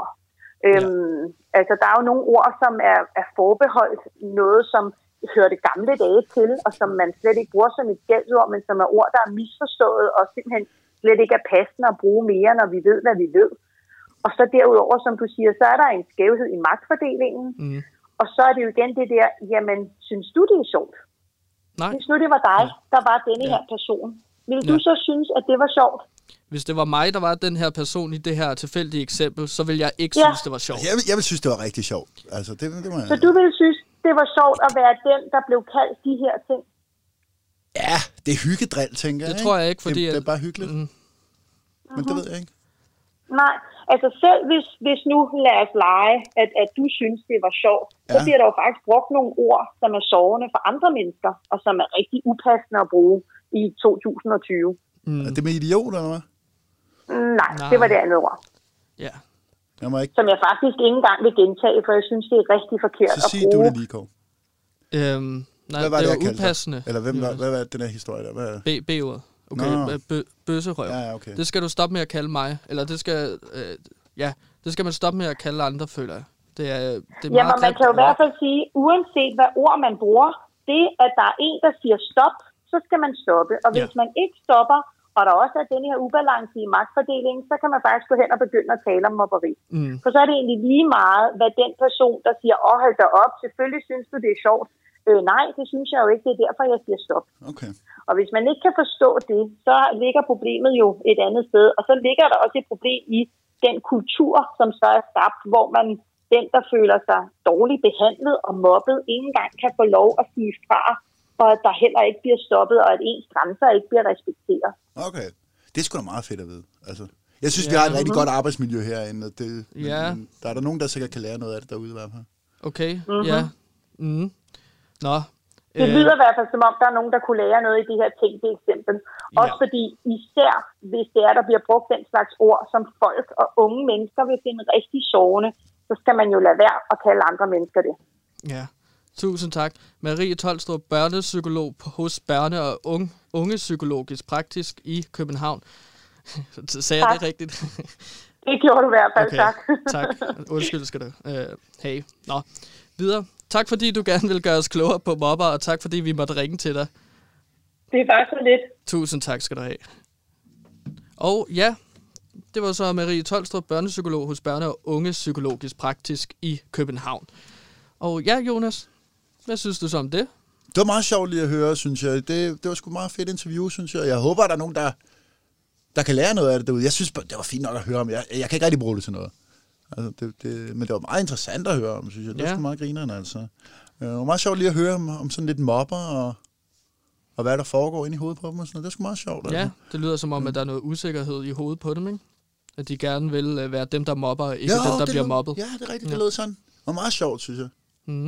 Altså der er jo nogle ord, som er forbeholdt noget, som hører det gamle dage til, og som man slet ikke bruger som et skældsord, men som er ord, der er misforstået, og simpelthen slet ikke er passende at bruge mere, når vi ved, hvad vi ved. Og så derudover, som du siger, så er der en skævhed i magtfordelingen, og så er det jo igen det der, jamen, synes du det er sjovt? Nej. Hvis nu det var dig, der var denne her person, ville du så synes, at det var sjovt? Hvis det var mig, der var den her person i det her tilfældige eksempel, så ville jeg ikke synes, det var sjovt. Jeg vil synes, det var rigtig sjovt. Altså, det må jeg... Så du ville synes, det var sjovt at være den, der blev kaldt de her ting? Ja, det er hyggedrill, tænker jeg. Det tror jeg ikke, fordi... Det er bare hyggeligt. Men det ved jeg ikke. Nej, Altså selv hvis nu lad os lege, at du synes, det var sjovt, så bliver der jo faktisk brugt nogle ord, som er sårende for andre mennesker, og som er rigtig upassende at bruge i 2020. Er det med idiot, eller hvad? Nej, det var det andet ord. Ja. Som jeg faktisk ikke engang vil gentage, for jeg synes, det er rigtig forkert at bruge. Så sig du det lige, Kåre. Nej, hvad var det jeg var upassende. Eller hvad var den her historie der? B-ordet. Okay, bøsserøv. Ja, okay. Det skal du stoppe med at kalde mig. Eller det skal man stoppe med at kalde andre, føler jeg. Det er meget man kan jo i hvert fald sige, uanset hvad ord man bruger, det at der er en, der siger stop, så skal man stoppe. Og hvis man ikke stopper, og der også er den her ubalance i magtfordelingen, så kan man faktisk gå hen og begynde at tale om mobberi. For så er det egentlig lige meget, hvad den person, der siger, hold da op, selvfølgelig synes du, det er sjovt. Nej, det synes jeg jo ikke, det er derfor, jeg siger stop. Okay. Og hvis man ikke kan forstå det, så ligger problemet jo et andet sted. Og så ligger der også et problem i den kultur, som så er skabt, hvor den, der føler sig dårligt behandlet og mobbet, ikke engang kan få lov at sige fra, og at der heller ikke bliver stoppet, og at ens grænser ikke bliver respekteret. Okay. Det er sgu da meget fedt at vide. Altså, jeg synes, vi har et rigtig godt arbejdsmiljø herinde, og men der er der nogen, der sikkert kan lære noget af det derude i hvert fald. Okay, ja. Nå. Det lyder i hvert fald, som om der er nogen, der kunne lære noget i det her tænkte eksempel. Også fordi, især hvis det er, der bliver brugt den slags ord, som folk og unge mennesker vil finde rigtig sårende, så skal man jo lade være at kalde andre mennesker det. Ja, tusind tak. Marie Tolstrup, børnepsykolog hos Børne- og Ungepsykologisk Praktisk i København. Sagde jeg det rigtigt? Det gjorde du i hvert fald, okay. tak. Undskyld skal du have. Nå, videre. Tak fordi du gerne vil gøre os klogere på mobber, og tak fordi vi måtte ringe til dig. Det var så lidt. Tusind tak skal du have. Og ja, det var så Marie Tolstrup, børnepsykolog hos Børne- og Ungepsykologisk Praktisk i København. Og ja, Jonas, hvad synes du så om det? Det var meget sjovt lige at høre, synes jeg. Det var sgu meget fedt interview, synes jeg. Jeg håber, der er nogen, der kan lære noget af det derude. Jeg synes, det var fint nok at høre om. Jeg kan ikke rigtig bruge det til noget. Altså, men det var meget interessant at høre om, synes jeg. Det var sgu meget grineren, altså. Det var meget sjovt lige at høre om sådan lidt mobber, og hvad der foregår inde i hovedet på dem. Og sådan noget. Det er sgu meget sjovt. Altså. Ja, det lyder som om, at der er noget usikkerhed i hovedet på dem, ikke? At de gerne vil være dem, der mobber, og ikke dem, der bliver mobbet. Ja, det er rigtigt. Det lød sådan. Det var meget sjovt, synes jeg.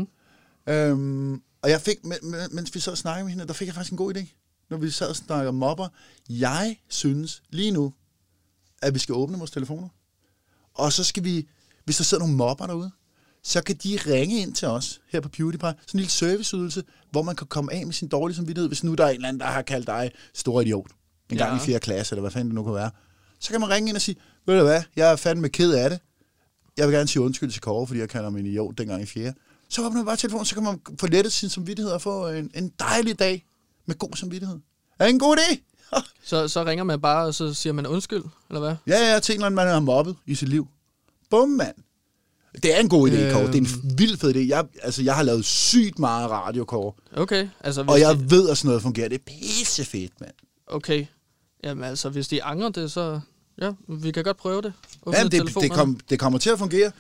Og jeg fik, mens vi så snakkede med hende, der fik jeg faktisk en god idé. Når vi sad og snakkede om mobber. Jeg synes lige nu, at vi skal åbne vores telefoner. Og så skal vi, hvis der sidder nogle mobber derude, så kan de ringe ind til os her på PewDiePie. Sådan en lille serviceydelse, hvor man kan komme af med sin dårlige samvittighed. Hvis nu der er en eller anden, der har kaldt dig stor idiot. En gang i 4. klasse, eller hvad fanden det nu kan være. Så kan man ringe ind og sige, ved du hvad, jeg er fandme ked af det. Jeg vil gerne sige undskyld til Kåre, fordi jeg kalder mig en idiot dengang i 4. Så åbner man bare telefonen, så kan man få lettet sin samvittighed og få en dejlig dag med god samvittighed. Er det en god idé? Så ringer man bare, og så siger man undskyld, eller hvad? Ja, til en eller anden, man har mobbet i sit liv. Bum, mand. Det er en god idé, Kåre. Det er en vild fed idé. Jeg har lavet sygt meget radio, Kåre. Okay. Altså, og jeg ved, at sådan noget fungerer. Det er pissefedt, mand. Okay. Jamen altså, hvis de angrer det, så... Ja, vi kan godt prøve det. Det kommer til at fungere.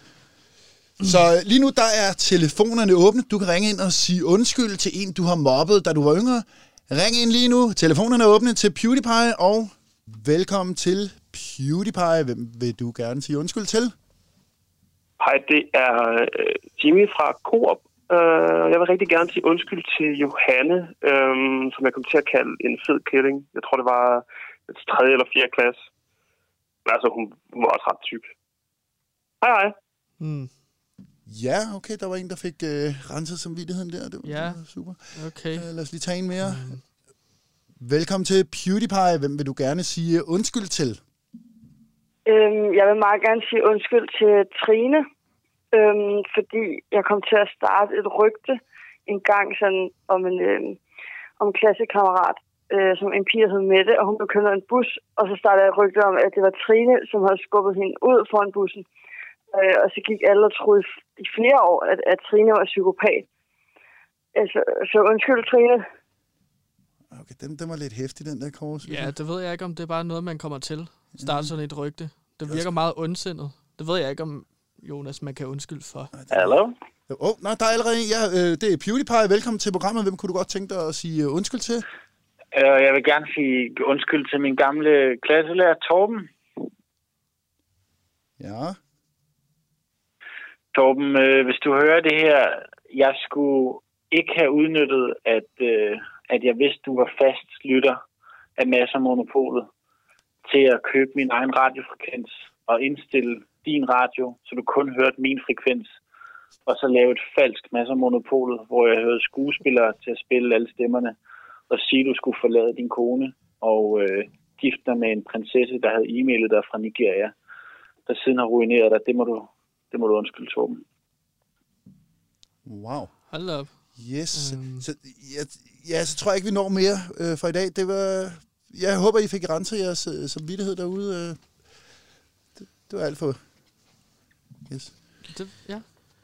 Så lige nu, der er telefonerne åbne. Du kan ringe ind og sige undskyld til en, du har mobbet, da du var yngre. Ring ind lige nu. Telefonerne er åbne til PewDiePie, og velkommen til PewDiePie. Hvem vil du gerne sige undskyld til? Hej, det er Jimmy fra Coop. Jeg vil rigtig gerne sige undskyld til Johanne, som jeg kom til at kalde en fed kælling. Jeg tror, det var 3. eller 4. klasse. Altså, hun var også ret tyk. Hej. Ja, okay, der var en, der fik renset samvittigheden der. Det var super. Okay. Lad os lige tage en mere. Velkommen til PewDiePie. Hvem vil du gerne sige undskyld til? Jeg vil meget gerne sige undskyld til Trine, fordi jeg kom til at starte et rygte en gang sådan om en klassekammerat, som en pige hed Mette, og hun blev kørt en bus, og så startede jeg et rygte om, at det var Trine, som havde skubbet hende ud foran bussen. Og så gik alle og troede i flere år, at Trine var psykopat. Altså, så undskyld, Trine. Okay, den var lidt heftig, den der, Kåre. Ja, det ved jeg ikke, om det er bare noget, man kommer til. Starte sådan et rygte. Det virker meget ondsindet. Det ved jeg ikke, om Jonas, man kan undskylde for. Hallo? Nej, der er allerede en. Ja, det er PewDiePie. Velkommen til programmet. Hvem kunne du godt tænke dig at sige undskyld til? Jeg vil gerne sige undskyld til min gamle klasselærer, Torben. Ja. Torben, hvis du hører det her, jeg skulle ikke have udnyttet, at jeg vidste, du var fast lytter af Mads og Monopolet, til at købe min egen radiofrekvens og indstille din radio, så du kun hørte min frekvens, og så lave et falsk Mads og Monopolet, hvor jeg hørte skuespillere til at spille alle stemmerne, og sige, at du skulle forlade din kone og gifte dig med en prinsesse, der havde e-mailet dig fra Nigeria, der siden har ruineret dig. Det må du undskylde, Torben. Wow. Hold op. Yes. Så tror jeg ikke, vi når mere for i dag. Det var... Jeg håber, I fik renset jeres samvittighed derude. Det var alt for... Yes. Ja.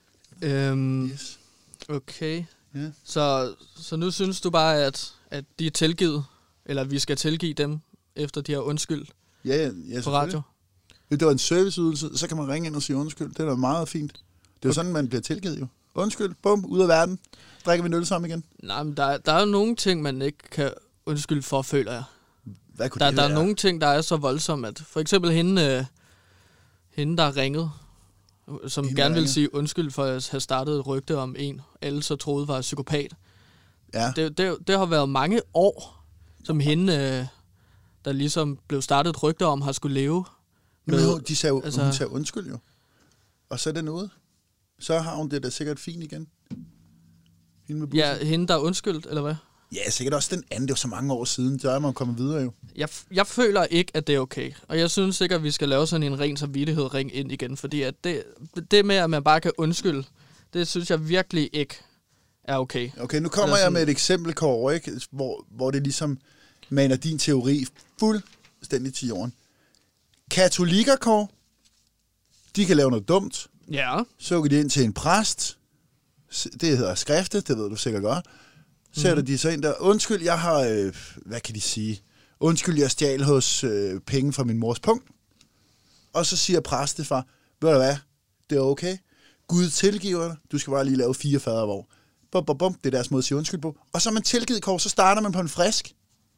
Yes. Okay. Ja. Så nu synes du bare, at de er tilgivet, eller vi skal tilgive dem, efter de har undskyldt Ja, på radio? Hvis det var en serviceydelse, så kan man ringe ind og sige undskyld. Det er da meget fint. Det er jo sådan, man bliver tilgivet jo. Undskyld, bum, ud af verden. Drikker vi en øl sammen igen? Nej, men der er jo nogle ting, man ikke kan undskylde for, føler jeg. Hvad kunne Der det være? er nogle ting, der er så voldsomme, at for eksempel hende der har ringet, som Hende, gerne der vil sige undskyld for at have startet et rygte om en, alle så troede var psykopat. Ja. Det har været mange år, som hende, der ligesom blev startet et rygte om, har skulle leve med. Men de sagde jo, altså- hun sagde undskyld jo. Og så er den ude. Så har hun det da sikkert fint igen. Hende med bussen. Ja, hende der er undskyldt, eller hvad? Ja, sikkert også den anden. Det var så mange år siden. Så er man kommet videre jo. Jeg føler ikke, at det er okay. Og jeg synes sikkert, at vi skal lave sådan en ren samvittighed ring ind igen. Fordi at det med, at man bare kan undskylde, det synes jeg virkelig ikke er okay. Okay, nu kommer jeg med et eksempel, Kåre, ikke? Hvor det ligesom maner din teori fuldstændig til jorden. Katolikker, Kåre, de kan lave noget dumt. Ja. Så går de ind til en præst. Det hedder skrifte, det ved du sikkert godt. Sætter de sig ind der. Undskyld, jeg har... hvad kan de sige? Undskyld, jeg stjal hos penge fra min mors punkt. Og så siger præstefar, ved du hvad? Det er okay. Gud tilgiver dig. Du skal bare lige lave 4 fadervor. Bum, bum, bum. Det er deres måde at sige undskyld på. Og så er man tilgivet, Kåre, så starter man på en frisk.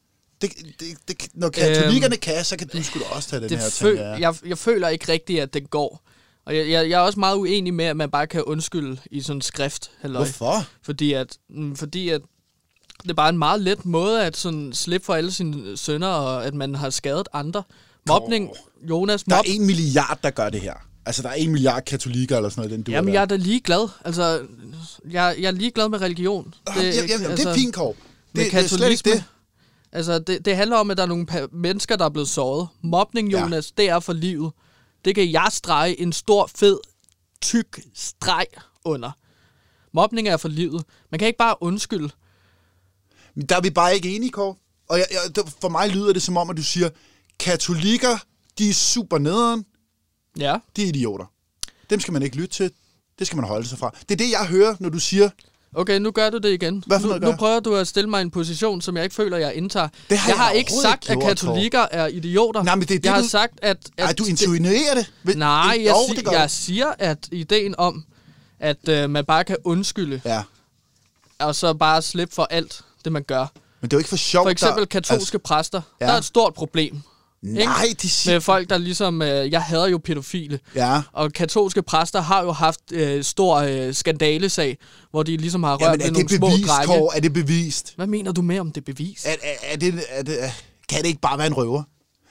Når katolikkerne kan, så kan du sgu da også tage den her ting. Jeg føler ikke rigtigt, at det går. Og jeg er også meget uenig med, at man bare kan undskylde i sådan en skrift. Halløj. Hvorfor? Fordi at det er bare en meget let måde at sådan slippe for alle sine synder, og at man har skadet andre. Mobning, Jonas, Der er 1 milliard, der gør det her. Altså, der er 1 milliard katolikker eller sådan noget. Jamen, jeg er da ligeglad. Altså, jeg er ligeglad med religion. Det er fint, Kåre. Det er slet ikke det. Altså, det handler om, at der er nogle mennesker, der er blevet såret. Mobning, Jonas, det er for livet. Det kan jeg strege en stor, fed, tyk streg under. Mobning er for livet. Man kan ikke bare undskylde. Men der er vi bare ikke enige, Kåre. Og for mig lyder det som om, at du siger, katolikker, de er super nederen. Ja. De er idioter. Dem skal man ikke lytte til. Det skal man holde sig fra. Det er det, jeg hører, når du siger... Okay, nu gør du det igen. Nu prøver du at stille mig i en position, som jeg ikke føler, jeg indtager. Jeg har ikke sagt, at katolikker er idioter. Nej, men det er det, jeg har sagt, at nej, du insinuerer det. Nej, jeg siger, at ideen om, at man bare kan undskylde, og så bare slippe for alt, det man gør. Men det er jo ikke for sjovt. For eksempel katolske præster. Der er et stort problem. Nej, de siger... Med folk, der ligesom... jeg hader jo pædofile. Ja. Og katolske præster har jo haft stor skandalesag, hvor de ligesom har rørt med nogle små drenge. Kåre? Er det bevist? Hvad mener du med, om det er bevist? Kan det ikke bare være en røver?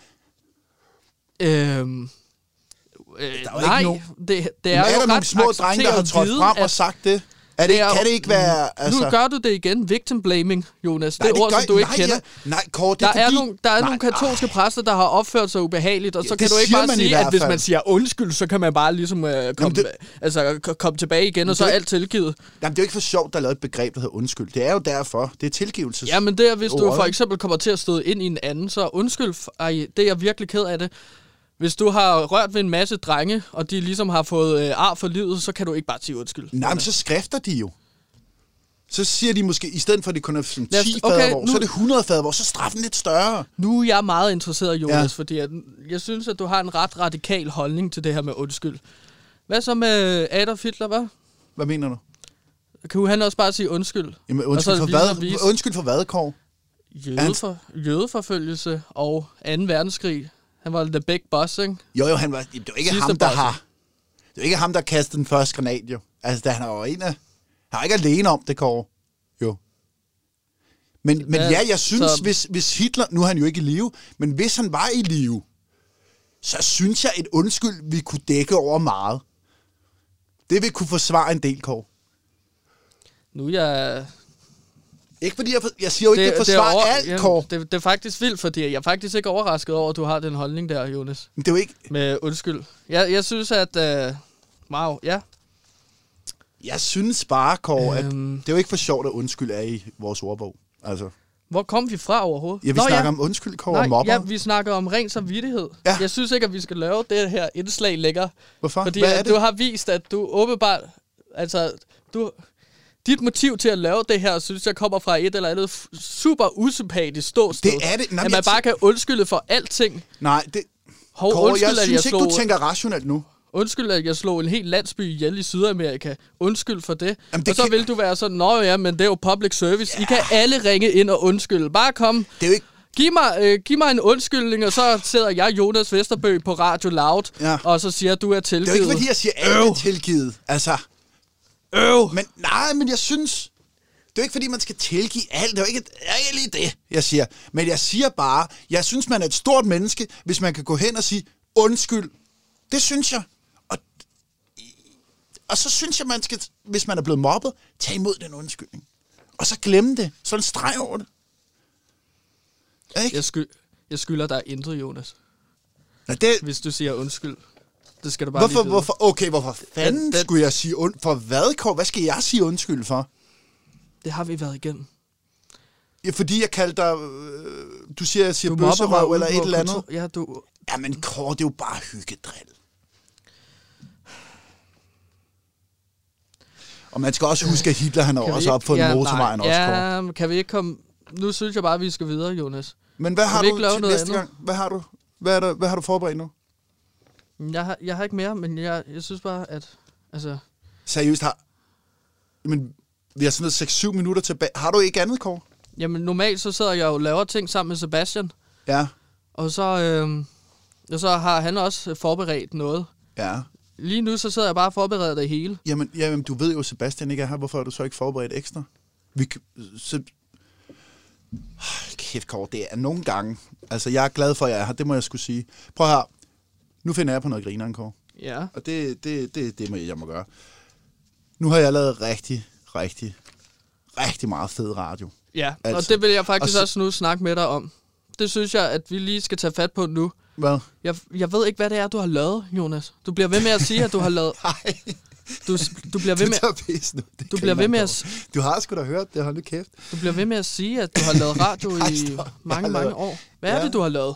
Nej, det er jo der ret nogle små drenge, der har trådt frem og sagt det? Kan det ikke være... Altså... Nu gør du det igen. Victim blaming, Jonas. Det er ord, som du ikke kender. Nej, Kåre, det der er nogle katolske præster, der har opført sig ubehageligt, og så kan du ikke bare sige, at hvis man siger undskyld, så kan man bare ligesom komme tilbage igen, og så er alt tilgivet. Jamen, det er jo ikke for sjovt, der er lavet et begreb, der hedder undskyld. Det er jo derfor. Det er tilgivelses. Ja, men det er, hvis du for eksempel kommer til at støde ind i en anden, så undskyld. Det er jeg virkelig ked af det. Hvis du har rørt ved en masse drenge, og de ligesom har fået ar for livet, så kan du ikke bare sige undskyld. Nej, men så skrifter de jo. Så siger de måske, i stedet for at det kun er 10 fadervor, så er det 100 fadervor, så er straffen lidt større. Nu er jeg meget interesseret, Jonas, fordi jeg synes, at du har en ret radikal holdning til det her med undskyld. Hvad så med Adolf Hitler, hvad? Hvad mener du? Kan han også bare sige undskyld? Jamen, undskyld for hvad, Kåre? Jødeforfølgelse og 2. verdenskrig. Han var the big boss, ikke? Jo, han var... Det var ikke Sidste ham, der bossen. har... Det var ikke ham, der kastede den første granat, jo. Altså, da han var en af... Han er ikke alene om det, Kåre. Jo. Men ja, jeg synes, hvis Hitler... Nu er han jo ikke i live, men hvis han var i live, så synes jeg, et undskyld, vi kunne dække over meget. Det vil kunne forsvare en del, Kåre. Nu er jeg... Ikke fordi jeg siger jo ikke, det forsvarer alt, Kåre. Det er faktisk vildt, fordi jeg er faktisk ikke overrasket over, at du har den holdning der, Jonas. Men det er jo ikke... Med undskyld. Jeg synes, at... wow, ja. Jeg synes bare, Kåre, at det er jo ikke for sjovt, at undskyld er i vores ordbog. Altså... Hvor kom vi fra overhovedet? Ja, vi snakker om undskyld, Kåre, og mobber. Ja, vi snakker om ren samvittighed. Ja. Jeg synes ikke, at vi skal lave det her indslag længere. Hvorfor? Fordi hvad er det? du har vist, at du åbenbart... Altså, dit motiv til at lave det her, synes jeg, kommer fra et eller andet super usympatisk ståsted. Det er det. Nej, at man bare kan undskylde for alting. Nej, det... Kåre, jeg synes ikke, du tænker rationelt nu. Undskyld, at jeg slog en hel landsby ihjel i Sydamerika. Undskyld for det. Jamen, det og så kan... vil du være sådan, nå ja, men det er jo public service. Ja. I kan alle ringe ind og undskylde. Bare kom. Det er jo ikke... Giv mig en undskyldning, og så sidder jeg, Jonas Vesterbø, på Radio Loud, og så siger, at du er tilgivet. Det er jo ikke, fordi jeg siger, at alle er tilgivet. Altså... Men jeg synes... Det er ikke, fordi man skal tilgive alt. Det er jo ikke lige det, jeg siger. Men jeg siger bare, jeg synes, man er et stort menneske, hvis man kan gå hen og sige, undskyld. Det synes jeg. Og så synes jeg, man skal, hvis man er blevet mobbet, tage imod den undskyldning. Og så glemme det. Så en streg over det. Ikke? Jeg skylder dig intet, Jonas. Ja, det... Hvis du siger undskyld. Det skal du bare hvorfor fanden skulle jeg sige undskyld? For hvad, Kåre? Hvad skal jeg sige undskyld for? Det har vi været igennem. Ja, fordi jeg kaldte dig... du siger, jeg siger bøsserøv eller et eller andet. Ja, du... Jamen, Kåre, det er jo bare hyggedrill. Og man skal også huske, at Hitler, han har også opfundet motorvejen også, Kåre. Ja, kan vi ikke komme... Nu synes jeg bare, at vi skal videre, Jonas. Men hvad har du til næste gang? Hvad har du? Hvad har du forberedt nu? Jeg har ikke mere, men jeg synes bare, at... Altså... Seriøst har... Men vi har sådan noget 6-7 minutter tilbage. Har du ikke andet, Kåre? Jamen, normalt så sidder jeg jo og laver ting sammen med Sebastian. Ja. Og så har han også forberedt noget. Ja. Lige nu så sidder jeg bare og forbereder det hele. Jamen, du ved jo, Sebastian ikke er her. Hvorfor har du så ikke forberedt ekstra? Kæft, Kåre, det er nogle gange... Altså, jeg er glad for, at jeg er her. Det må jeg skulle sige. Prøv her. Nu finder jeg på noget grineren, Kåre. Ja. Og det må jeg må gøre. Nu har jeg lavet rigtig meget fed radio. Ja, altså. Og det vil jeg faktisk også nu snakke med dig om. Det synes jeg, at vi lige skal tage fat på nu. Hvad? Jeg ved ikke, hvad det er, du har lavet, Jonas. Du bliver ved med at sige, at du har lavet... Nej. Du bliver ved med... Du bliver ved med at... Du har sgu da hørt det, hold nu kæft. Du bliver ved med at sige, at du har lavet radio i mange år. Hvad er det, du har lavet?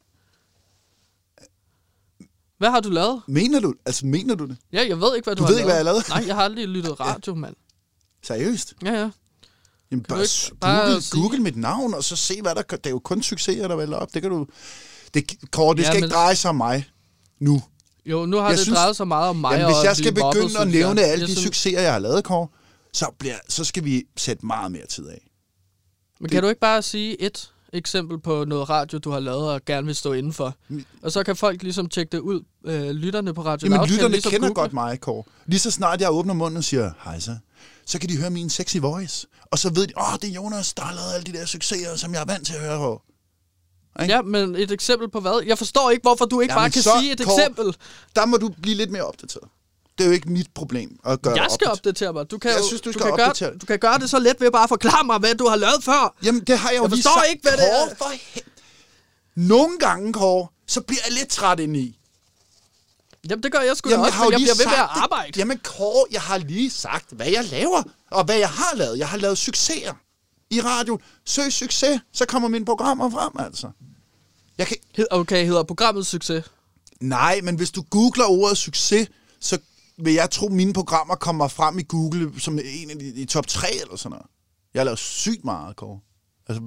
Hvad har du lavet? Mener du det? Ja, jeg ved ikke, hvad du har lavet. Du ved ikke, hvad jeg lavede? Nej, jeg har aldrig lyttet radio, mand. Seriøst? Ja. Jamen, Google mit navn, og så se, hvad der... Det er jo kun succeser, der vælger op. Det kan du... Kåre, det skal ikke dreje sig om mig nu. Jo, nu har det drejet sig meget om mig. Jamen, hvis jeg skal begynde at nævne alle de succeser, jeg har lavet, Kåre, så skal vi sætte meget mere tid af. Men kan du ikke bare sige et eksempel på noget radio, du har lavet og gerne vil stå indenfor? Og så kan folk ligesom tjekke det ud. Lytterne på Radio Loud. Jamen, lytterne ligesom kender godt mig, Kåre. Lige så snart jeg åbner munden og siger, hej så kan de høre min sexy voice. Og så ved de, det er Jonas, der har lavet alle de der succeser, som jeg er vant til at høre på. Ikke? Ja, men et eksempel på hvad? Jeg forstår ikke, hvorfor du ikke bare kan sige et eksempel. Der må du blive lidt mere opdateret. Det er jo ikke mit problem at gøre Jeg skal opdatere mig. Du kan opdatere. Du kan gøre det så let ved bare at forklare mig, hvad du har lavet før. Jamen, det har jeg jo lige sagt. Jeg forstår ikke, hvad det er. Nogle gange, Kåre, så bliver jeg lidt træt indeni. Jamen, det gør jeg sgu da også, men jeg bliver ved med at arbejde. Jamen, Kåre, jeg har lige sagt, hvad jeg laver, og hvad jeg har lavet. Jeg har lavet succeser i radio. Søg succes, så kommer mine programmer frem, altså. Okay, hedder programmet succes? Nej, men hvis du googler ordet succes, så vil jeg tro, at mine programmer kommer frem i Google som en af de top 3 eller sådan noget. Jeg har lavet sygt meget, Kåre. Altså,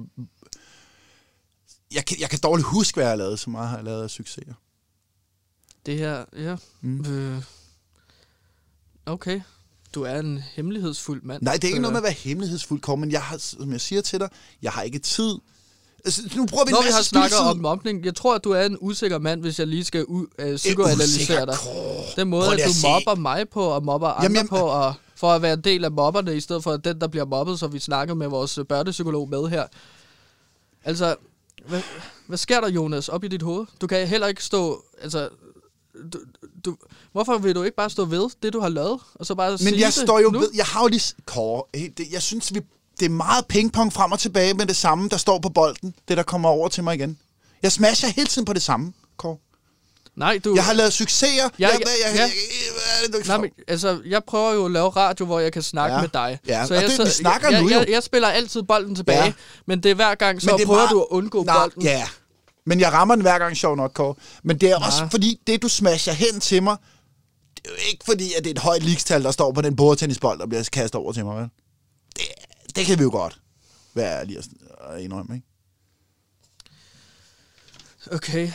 jeg kan dårligt huske, hvad jeg har lavet. Så meget har jeg lavet af succeser. Det her, ja. Okay. Du er en hemmelighedsfuld mand. Nej, det er ikke noget med at være hemmelighedsfuld, Kåre, men jeg har, som jeg siger til dig, jeg har ikke tid. Altså, nu bruger vi Når en vi har masse snakket spildtid. om mobning, jeg tror, at du er en usikker mand, hvis jeg lige skal psykoanalysere dig. Den måde, Prøv at lige du at se. mobber mig på, og mobber andre på, og for at være en del af mobberne, i stedet for den, der bliver mobbet, så vi snakker med vores børnepsykolog med her. Altså, hvad sker der, Jonas, op i dit hoved? Du kan heller ikke stå... Altså, hvorfor vil du ikke bare stå ved det, du har lavet, og så bare sige Men jeg står jo nu? ved... Jeg har jo lige... Kåre, jeg synes, det er meget pingpong frem og tilbage med det samme, der står på bolden. Det, der kommer over til mig igen. Jeg smasher hele tiden på det samme, Kåre. Nej, du... Jeg har lavet succeser. Jeg prøver jo at lave radio, hvor jeg kan snakke med dig. Ja, så og jeg, vi snakker nu jo. Jeg spiller altid bolden tilbage, men det er hver gang, så prøver du at undgå bolden. Ja, men jeg rammer den hver gang, sjov nok, Kåre. Men det er også fordi, det du smasher hen til mig, det er jo ikke fordi, at det er et højt ligestal, der står på den bordtennisbold, der bliver kastet over til mig, vel? Det kan vi jo godt være lige at indrømme, ikke? Okay.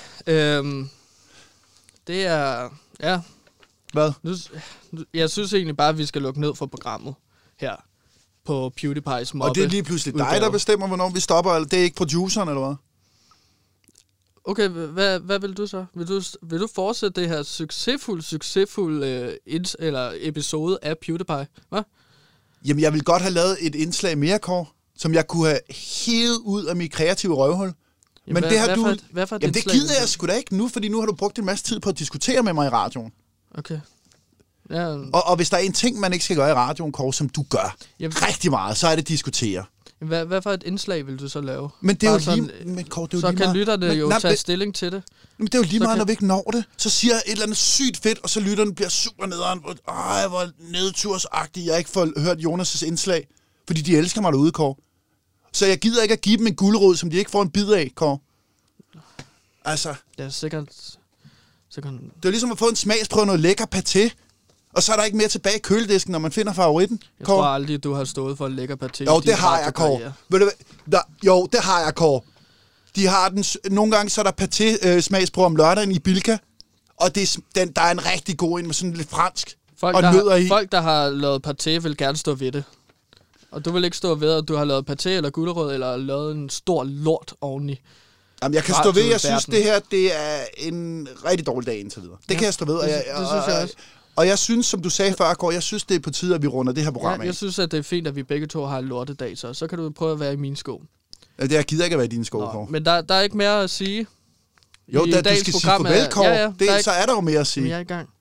Det er... Ja. Hvad? Jeg synes egentlig bare, at vi skal lukke ned for programmet her på PewDiePie's mobbe. Og det er lige pludselig dig, der bestemmer, hvornår vi stopper, eller det er ikke produceren, eller hvad? Okay, hvad vil du så? Vil du fortsætte det her succesfuld eller episode af PewDiePie? Hvad? Jamen, jeg ville godt have lavet et indslag mere, Kåre, som jeg kunne have hævet ud af mit kreative røvhul. Jamen, men det har du... Hvad for et jamen, det indslag? gider jeg sgu da ikke nu, fordi nu har du brugt en masse tid på at diskutere med mig i radioen. Okay. Ja. Og hvis der er en ting, man ikke skal gøre i radioen, Kåre, som du gør rigtig meget, så er det diskutere. Hvad for et indslag vil du så lave? Men det er jo sådan, lige... Men Kåre, det er jo så lige kan meget. lytterne tage stilling til det. Men det er jo lige meget, når vi ikke når det. Så siger jeg et eller andet sygt fedt, og så lytterne bliver super nederen. Ej, hvor nedtursagtigt, jeg ikke får hørt Jonas' indslag. Fordi de elsker mig derude, Kåre. Så jeg gider ikke at give dem en gulerod, som de ikke får en bid af, Kåre. Altså... Det er sikkert... Det er jo ligesom at få en smagsprøve af noget lækker paté, og så er der ikke mere tilbage i køledisken, når man finder favoritten, Kåre. Jeg tror aldrig, du har stået for en lækker paté. Jo, det har jeg, Kåre. Ved du hvad? Jo, det har jeg, Kåre. De har den... Nogle gange så er der paté-smagsprøve om lørdagen i Bilka, og der er en rigtig god en med sådan lidt fransk folk, og nødder i. Folk, der har lavet paté, vil gerne stå ved det. Og du vil ikke stå ved, at du har lavet paté eller gulerod, eller lavet en stor lort oveni. Jamen, jeg kan stå ved, jeg synes, det her det er en rigtig dårlig dag indtil videre. Det kan jeg stå ved. Det synes jeg også. Og jeg synes, som du sagde før, Kåre, jeg synes, det er på tide, at vi runder det her program af. Jeg synes, at det er fint, at vi begge to har en lortedag, så kan du prøve at være i mine sko. Det jeg gider ikke at være i dine sko, Kåre. Men der er ikke mere at sige. Jo, da du skal sige farvel, Kåre, så er der jo mere at sige. Men jeg er i gang.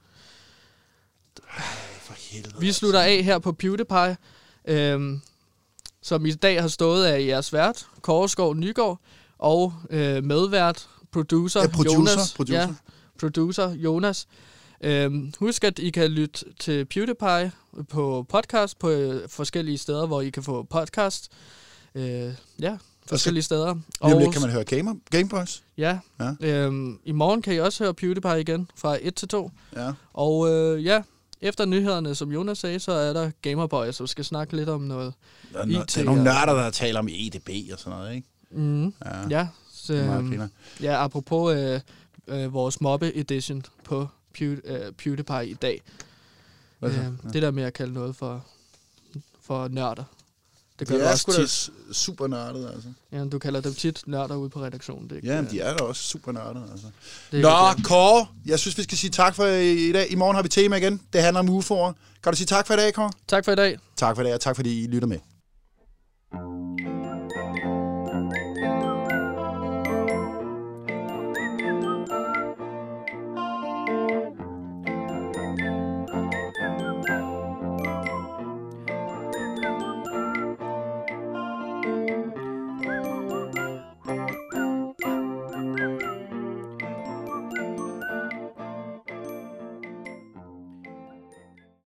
Vi slutter af her på PewDiePie, som i dag har stået af jeres vært, Kåre Skov Nygaard, og medvært, producer Jonas. Husk, at I kan lytte til PewDiePie på podcast, på forskellige steder, hvor I kan få podcast. Forskellige steder. Og kan man høre Gameboys. Ja. I morgen kan I også høre PewDiePie igen fra 1 til 2. Ja. Og efter nyhederne, som Jonas sagde, så er der Gamerboys, som skal snakke lidt om noget IT. Det er nogle nørder, der taler om EDB og sådan noget, ikke? Mm. Ja. Apropos vores mobbe edition på PewDiePie i dag. Det der med at kalde noget for nørder. Det gør er sgu da super nørdet, altså. Ja, du kalder dem tit nørder ude på redaktionen. Det ja, de er da også super nørdet, altså. Nå, Kåre, jeg synes, vi skal sige tak for i dag. I morgen har vi tema igen. Det handler om UFO'er. Kan du sige tak for i dag, Kåre? Tak for i dag. Tak for i dag, og tak fordi I lytter med.